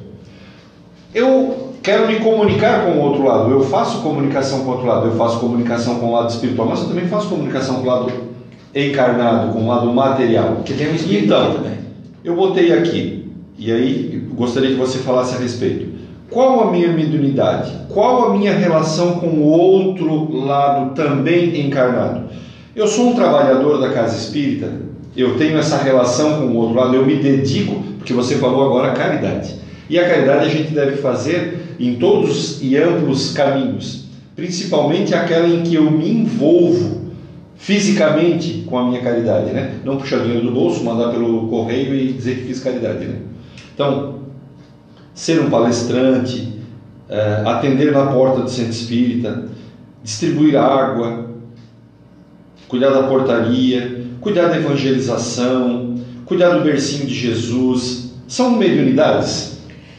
Eu quero me comunicar com o outro lado, eu faço comunicação com o outro lado, eu faço comunicação com o lado espiritual, mas eu também faço comunicação com o lado encarnado, com o lado material. Que tem um espírito então, também. Eu botei aqui, e aí gostaria que você falasse a respeito. Qual a minha mediunidade? Qual a minha relação com o outro lado também encarnado? Eu sou um trabalhador da casa espírita, eu tenho essa relação com o outro lado, eu me dedico, porque você falou agora caridade. E a caridade a gente deve fazer em todos e amplos caminhos, principalmente aquela em que eu me envolvo fisicamente com a minha caridade, né? Não puxar dinheiro do bolso, mandar pelo correio e dizer que fiz caridade, né? Então, ser um palestrante, eh, atender na porta do centro espírita, distribuir água, cuidar da portaria, cuidar da evangelização, cuidar do bercinho de Jesus, são mediunidades?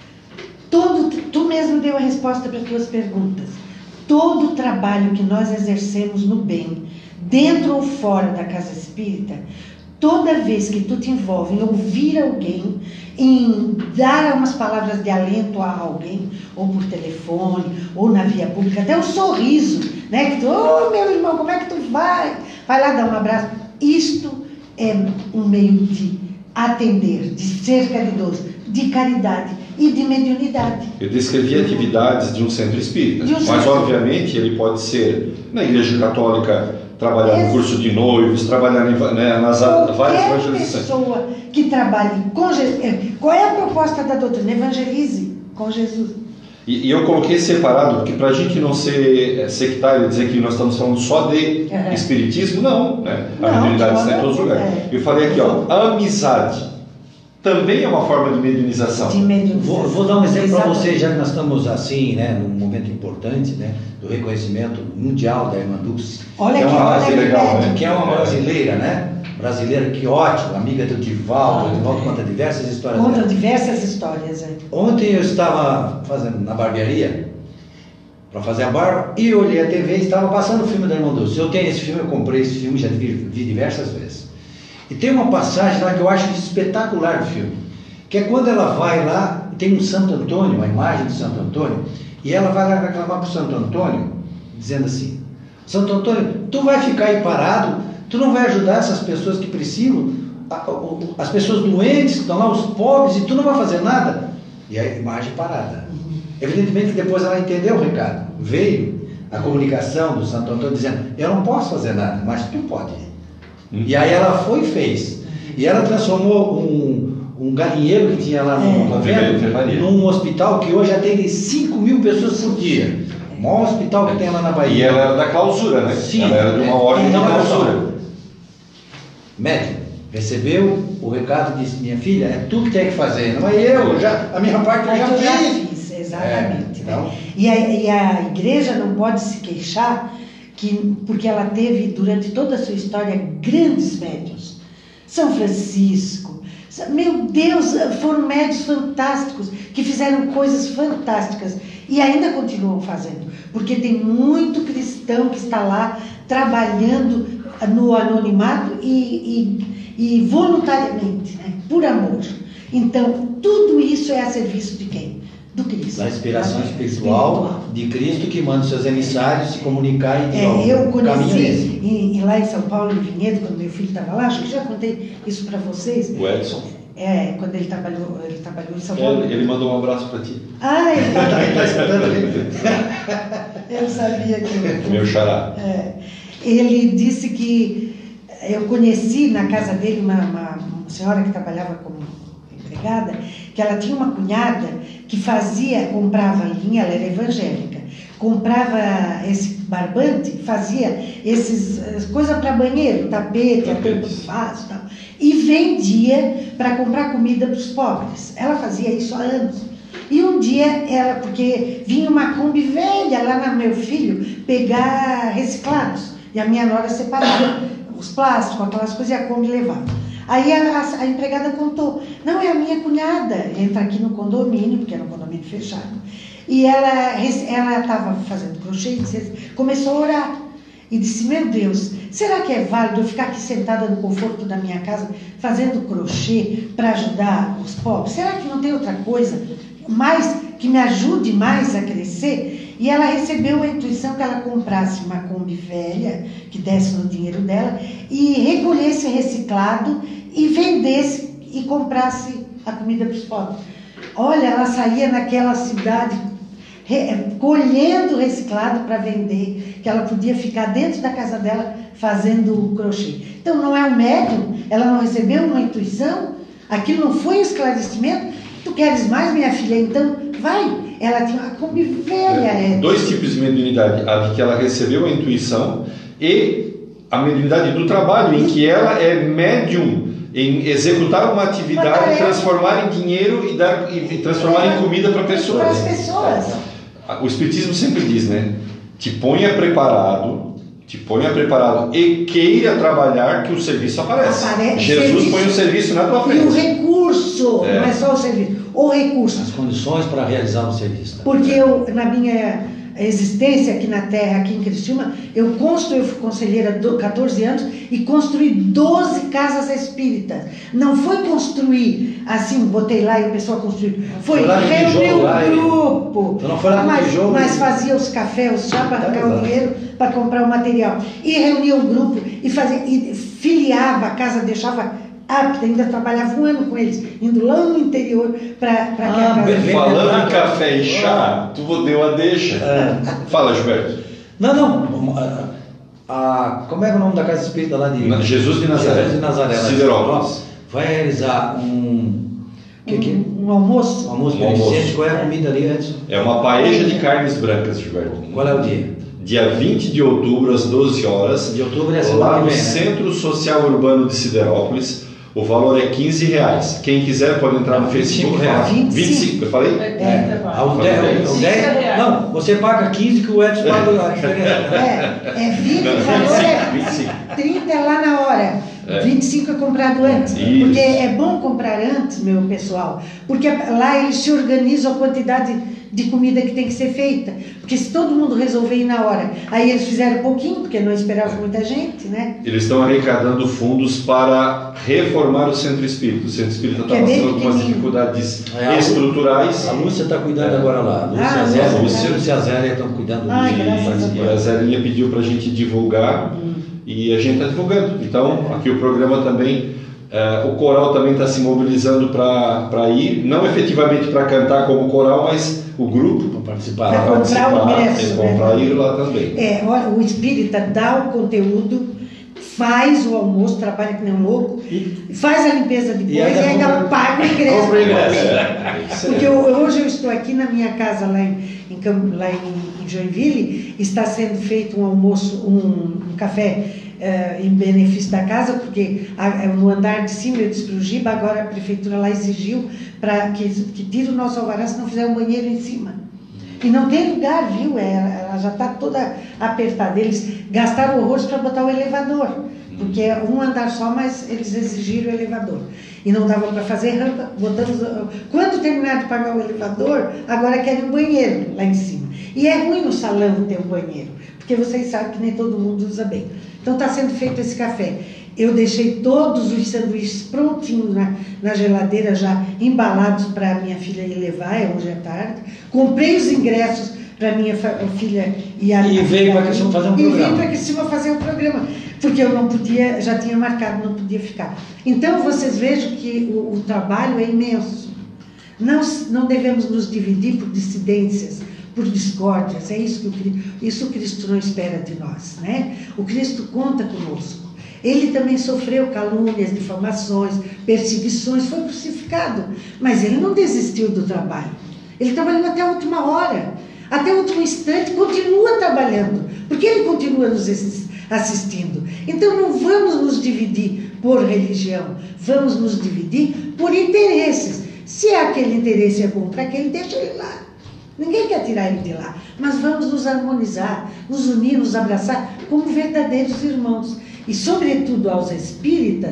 Todo, tu mesmo deu a resposta para as tuas perguntas. Todo o trabalho que nós exercemos no bem, dentro ou fora da casa espírita, toda vez que tu te envolve em ouvir alguém, em dar umas palavras de alento a alguém, ou por telefone, ou na via pública, até um sorriso, né? Que tu, ô meu irmão, como é que tu vai? Vai lá dar um abraço. Isto é um meio de atender, de ser caridoso, de caridade e de mediunidade. Eu descrevi atividades de um centro espírita, De um mas centro. obviamente ele pode ser na Igreja Católica, trabalhar no curso de noivos, trabalhar em, né, nas várias Qualquer evangelizações. pessoa que trabalhe com Jesus. Qual é a proposta da doutrina? Evangelize com Jesus. E, e eu coloquei separado, porque para a gente não ser é, sectário e dizer que nós estamos falando só de Uhum. espiritismo, não, né? A Não, mediunidade só está em não, todos os lugares. é. Eu falei aqui, ó, a amizade também é uma forma de mediunização. De mediunização. Vou, vou dar um exemplo para Exatamente. vocês, já que nós estamos assim, né, num momento importante, né, do reconhecimento mundial da Irmã Dulce. Olha que é aqui, uma, olha que aqui, legal, médico. né? que é uma brasileira, né? Brasileira, que ótimo, amiga do Divaldo. O Divaldo conta diversas histórias Conta dela. diversas histórias. É. Ontem eu estava fazendo na barbearia para fazer a barba e eu olhei a T V e estava passando o filme da Irmã Dulce. Eu tenho esse filme, eu comprei esse filme, já vi, vi diversas vezes. E tem uma passagem lá que eu acho espetacular do filme, que é quando ela vai lá, tem um Santo Antônio, uma imagem de Santo Antônio, e ela vai lá reclamar para o Santo Antônio, dizendo assim: Santo Antônio, tu vai ficar aí parado, tu não vai ajudar essas pessoas que precisam, as pessoas doentes que estão lá, os pobres, e tu não vai fazer nada? E a imagem parada. Evidentemente que depois ela entendeu o recado, veio a comunicação do Santo Antônio dizendo: eu não posso fazer nada, mas tu pode. Uhum. E aí ela foi e fez. E ela transformou um, um galinheiro que tinha lá no É. convento num hospital que hoje atende cinco mil pessoas por dia. O maior hospital que tem lá na Bahia. E ela era da clausura, né? Sim. Ela era de uma ordem de Então, olha só. clausura. Médico, recebeu o recado e disse: minha filha, é tu que tem que fazer, não é eu, já, a minha parte eu Mas já eu já fiz. fiz, exatamente. É, então. Né? E, a, e a igreja não pode se queixar, que, porque ela teve, durante toda a sua história, grandes médiuns. São Francisco, meu Deus, foram médiuns fantásticos, que fizeram coisas fantásticas e ainda continuam fazendo, porque tem muito cristão que está lá trabalhando no anonimato e, e, e voluntariamente, né? Por amor. Então, tudo isso é a serviço de quem? Do Cristo. Da inspiração espiritual, espiritual de Cristo, que manda os seus emissários se comunicar e é, eu caminho conheci em, em, lá em São Paulo, em Vinhedo, quando meu filho estava lá, acho que já contei isso para vocês. O Edson. É, quando ele trabalhou, ele trabalhou em São Paulo. Ele, ele mandou um abraço para ti. Ah, ele Está escutando ali? Eu sabia que eu... Meu xará. É, ele disse que eu conheci na casa dele uma, uma, uma senhora que trabalhava como empregada, que ela tinha uma cunhada que fazia, comprava linha, ela era evangélica, comprava esse barbante, fazia esses coisas para banheiro, tapete, tampa de vaso e tal, e vendia para comprar comida para os pobres. Ela fazia isso há anos. E um dia ela, porque vinha uma Kombi velha lá no meu filho pegar reciclados, e a minha nora separava os plásticos, aquelas coisas, e a Kombi levava. Aí a, a, a empregada contou, não, é a minha cunhada, entra aqui no condomínio, porque era um condomínio fechado, e ela estava fazendo crochê e disse, começou a orar, e disse, meu Deus, será que é válido eu ficar aqui sentada no conforto da minha casa, fazendo crochê para ajudar os pobres? Será que não tem outra coisa mais que me ajude mais a crescer? E ela recebeu a intuição que ela comprasse uma Kombi velha, que desse no dinheiro dela, e recolhesse reciclado e vendesse e comprasse a comida para os pobres. Olha, ela saía naquela cidade re, colhendo reciclado para vender, que ela podia ficar dentro da casa dela fazendo crochê. Então não é um médium, ela não recebeu uma intuição, aquilo não foi um esclarecimento. Tu queres mais, minha filha? Então vai. Ela tinha uma Kombi velha. É, dois tipos de mediunidade, a de que ela recebeu a intuição e a mediunidade do trabalho, em que ela é médium em executar uma atividade, transformar em dinheiro e, dar, e, e transformar é, em comida para pessoas. Para as pessoas. O Espiritismo sempre diz, né? Te ponha preparado, te ponha preparado e queira trabalhar que o serviço aparece. Apare... Jesus serviço. Põe o serviço na tua frente. E o recurso, é. Não é só o serviço, o recurso. As condições para realizar o serviço. Tá? Porque eu, na minha existência aqui na Terra, aqui em Criciúma, eu construí, eu fui conselheira há catorze anos e construí doze casas espíritas. Não foi construir assim, botei lá e o pessoal construiu. Foi reunir um grupo. Então não foi lá mas, tijolo, mas fazia os cafés, os chá para arrancar o dinheiro para comprar o material. E reunia um grupo e, fazia, e filiava a casa, deixava apta, ainda trabalhava um ano com eles, indo lá no interior para ah, que a casa... Falando em café e chá, tu deu a deixa. É. Fala, Gilberto. Não, não. A, a, como é o nome da casa espírita lá de... Jesus de Nazaré. Jesus de Nazaré. Siderópolis. Vai realizar um... Que, que, um, um almoço? Um almoço beneficente. Qual é a comida ali, Edson? É uma paeja de carnes brancas, Gilberto. Qual é o dia? Dia vinte de outubro, às doze horas. De outubro é lá no vem, Centro né? Social Urbano de Siderópolis. O valor é quinze reais. Quem quiser pode entrar no Facebook. vinte e cinco. vinte e cinco, eu falei? É, é. Não, você paga quinze que o Edson paga a diferença. É, é vinte, o valor é trinta lá na hora. É. vinte e cinco é comprado antes. Isso. Porque é bom comprar antes, meu pessoal. Porque lá eles se organizam a quantidade de comida que tem que ser feita. Porque se todo mundo resolver ir na hora, aí eles fizeram pouquinho, porque não esperavam muita gente, né? Eles estão arrecadando fundos para reformar o Centro Espírita. O Centro Espírita está é passando algumas dificuldades é, estruturais. A Lúcia está cuidando é. agora lá. A Lúcia ah, Zélia, a Lúcia, Lúcia e Zélia estão cuidando Ai, disso. E a Zélia pediu para a gente divulgar hum. e a gente está divulgando. Então, aqui o programa também... Uh, o coral também está se mobilizando para ir, não efetivamente para cantar como coral, mas o grupo para participar, para participar, comprar o ingresso, né? Para ir lá também. É, o espírita dá o conteúdo, faz o almoço, trabalha que nem um louco, e, faz a limpeza depois e ainda, e ainda compra, paga o ingresso. É, porque eu, hoje eu estou aqui na minha casa lá em, em, lá em, em Joinville, está sendo feito um almoço, um, um café Uh, em benefício da casa, porque a, no andar de cima eu disse para o Giba, agora a prefeitura lá exigiu para que, que tire o nosso alvará se não fizer um banheiro em cima. E não tem lugar, viu? É, ela já está toda apertada. Eles gastaram horrores para botar o elevador, porque é um andar só, mas eles exigiram o elevador. E não dava para fazer rampa. Botamos, quando terminar de pagar o elevador, agora querem um banheiro lá em cima. E é ruim no salão ter um banheiro, porque vocês sabem que nem todo mundo usa bem. Então está sendo feito esse café. Eu deixei todos os sanduíches prontinhos na, na geladeira, já embalados para a minha filha ir levar, é hoje à tarde. Comprei os ingressos para a minha filha ir a E veio para Criciúma fazer um e programa. E veio para Criciúma fazer um programa, porque eu não podia, já tinha marcado, não podia ficar. Então vocês vejam que o, o trabalho é imenso. Não, não devemos nos dividir por dissidências, por discórdias, é isso que o, isso o Cristo não espera de nós, né? O Cristo conta conosco. Ele também sofreu calúnias, difamações, perseguições, foi crucificado, mas ele não desistiu do trabalho. Ele trabalhou até a última hora, até o último instante, continua trabalhando, porque ele continua nos assistindo. Então não vamos nos dividir por religião, vamos nos dividir por interesses. Se aquele interesse é bom para quem, deixa ele lá. Ninguém quer tirar ele de lá, mas vamos nos harmonizar, nos unir, nos abraçar como verdadeiros irmãos. E, sobretudo, aos espíritas,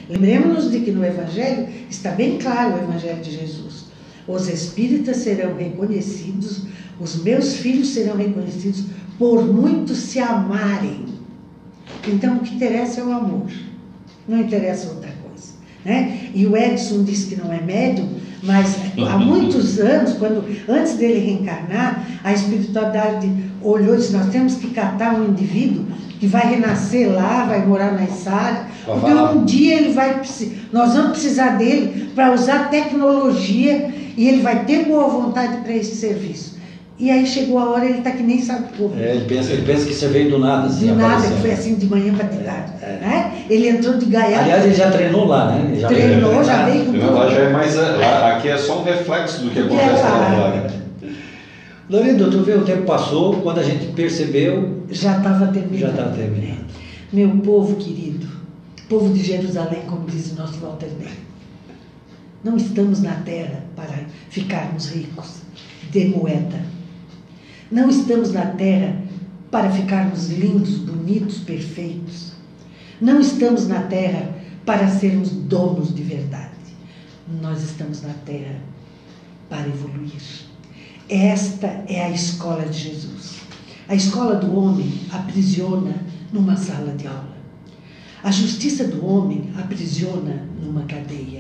Lembremos-nos de que no Evangelho está bem claro o Evangelho de Jesus. Os espíritas serão reconhecidos, os meus filhos serão reconhecidos por muitos se amarem. Então o que interessa é o amor, não interessa outra coisa, né? E o Edson disse que não é médium, mas há muitos anos, quando, antes dele reencarnar, a espiritualidade olhou e disse: nós temos que catar um indivíduo que vai renascer lá, vai morar na Sara, porque um dia ele vai, nós vamos precisar dele para usar tecnologia e ele vai ter boa vontade para esse serviço. E aí chegou a hora, ele está que nem sabe como. É, ele, pensa, ele pensa que você veio do nada. Assim, do nada, apareceu. Que foi assim de manhã para tarde. É. Né? Ele entrou de gaiato. Aliás, ele já treinou lá, né? Ele já treinou, veio, já veio com tudo. Lá já é mais, lá, aqui é só um reflexo do que acontece lá. Né? Lorindo, tu vê, o tempo passou, quando a gente percebeu... Já estava terminando. Já estava terminando. Meu povo querido, povo de Jerusalém, como diz o nosso Walter Ney, não estamos na terra para ficarmos ricos de moeda. Não estamos na terra para ficarmos lindos, bonitos, perfeitos. Não estamos na terra para sermos donos de verdade. Nós estamos na terra para evoluir. Esta é a escola de Jesus. A escola do homem aprisiona numa sala de aula. A justiça do homem aprisiona numa cadeia.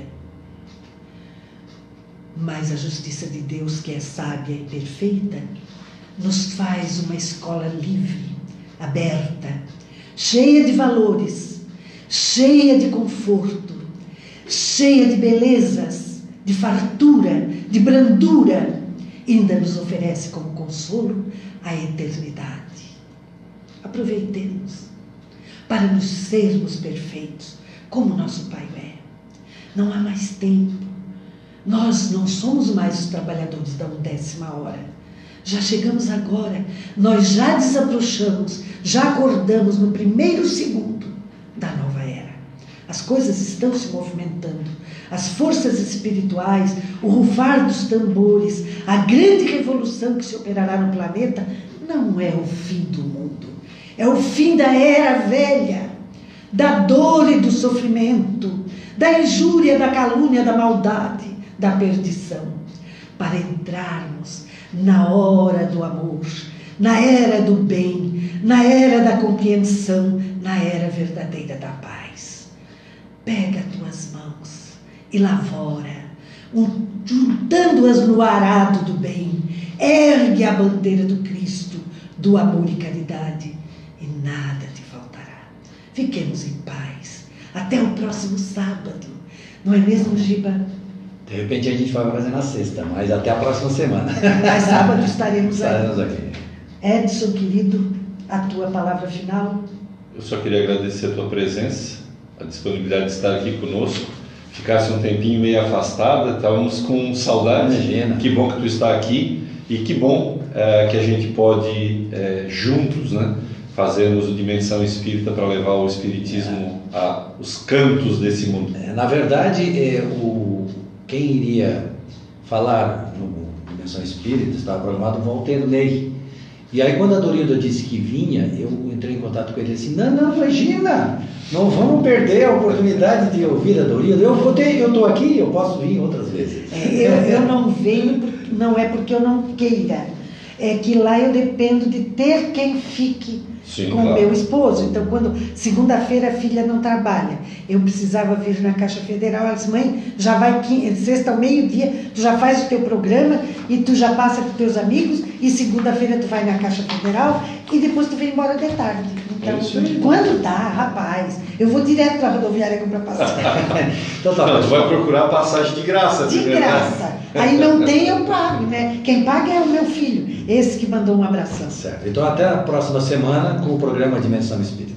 Mas a justiça de Deus, que é sábia e perfeita, nos faz uma escola livre, aberta, cheia de valores, cheia de conforto, cheia de belezas, de fartura, de brandura, e ainda nos oferece como consolo a eternidade. Aproveitemos para nos sermos perfeitos, como nosso Pai é. Não há mais tempo. Nós não somos mais os trabalhadores da undécima hora. Já chegamos agora, nós já desabrochamos, já acordamos no primeiro segundo da nova era. As coisas estão se movimentando, as forças espirituais, o rufar dos tambores, a grande revolução que se operará no planeta não é o fim do mundo, é o fim da era velha, da dor e do sofrimento, da injúria, da calúnia, da maldade, da perdição, para entrarmos na hora do amor, na era do bem, na era da compreensão, na era verdadeira da paz. Pega tuas mãos e lavora, juntando-as no arado do bem, ergue a bandeira do Cristo, do amor e caridade, e nada te faltará. Fiquemos em paz. Até o próximo sábado. Não é mesmo, Giba? De repente a gente vai fazer na sexta, mas até a próxima semana. Mas sábado estaremos, estaremos aqui. aqui. Edson, querido, a tua palavra final. Eu só queria agradecer a tua presença, a disponibilidade de estar aqui conosco. Ficasse um tempinho meio afastada, estávamos com saudade. Imagina. Que bom que tu está aqui e que bom é, que a gente pode, é, juntos, né, fazermos o Dimensão Espírita para levar o Espiritismo aos cantos desse mundo. É, na verdade, é, o, quem iria falar no Dimensão Espírita estava programado o Walter Ney. E aí quando a Dorilda disse que vinha, eu entrei em contato com ele e disse: não, não, imagina, não vamos perder a oportunidade de ouvir a Dorilda. Eu votei, eu estou aqui, eu posso vir outras vezes. É, eu, eu não venho, não é porque eu não queira, é que lá eu dependo de ter quem fique. Sim, com o claro. Meu esposo. Então, quando segunda-feira a filha não trabalha, eu precisava vir na Caixa Federal. Ela disse: mãe, já vai quinta, sexta ao meio-dia, tu já faz o teu programa e tu já passa com teus amigos, e segunda-feira tu vai na Caixa Federal e depois tu vem embora de tarde. Então, é quando dá, rapaz, eu vou direto para a rodoviária comprar passagem. Então, tá, não, tu vai procurar passagem de graça. De graça. Aí não tem, eu pago, né? Quem paga é o meu filho, esse que mandou um abração. Certo. Então até a próxima semana com o programa Dimensão Espírita.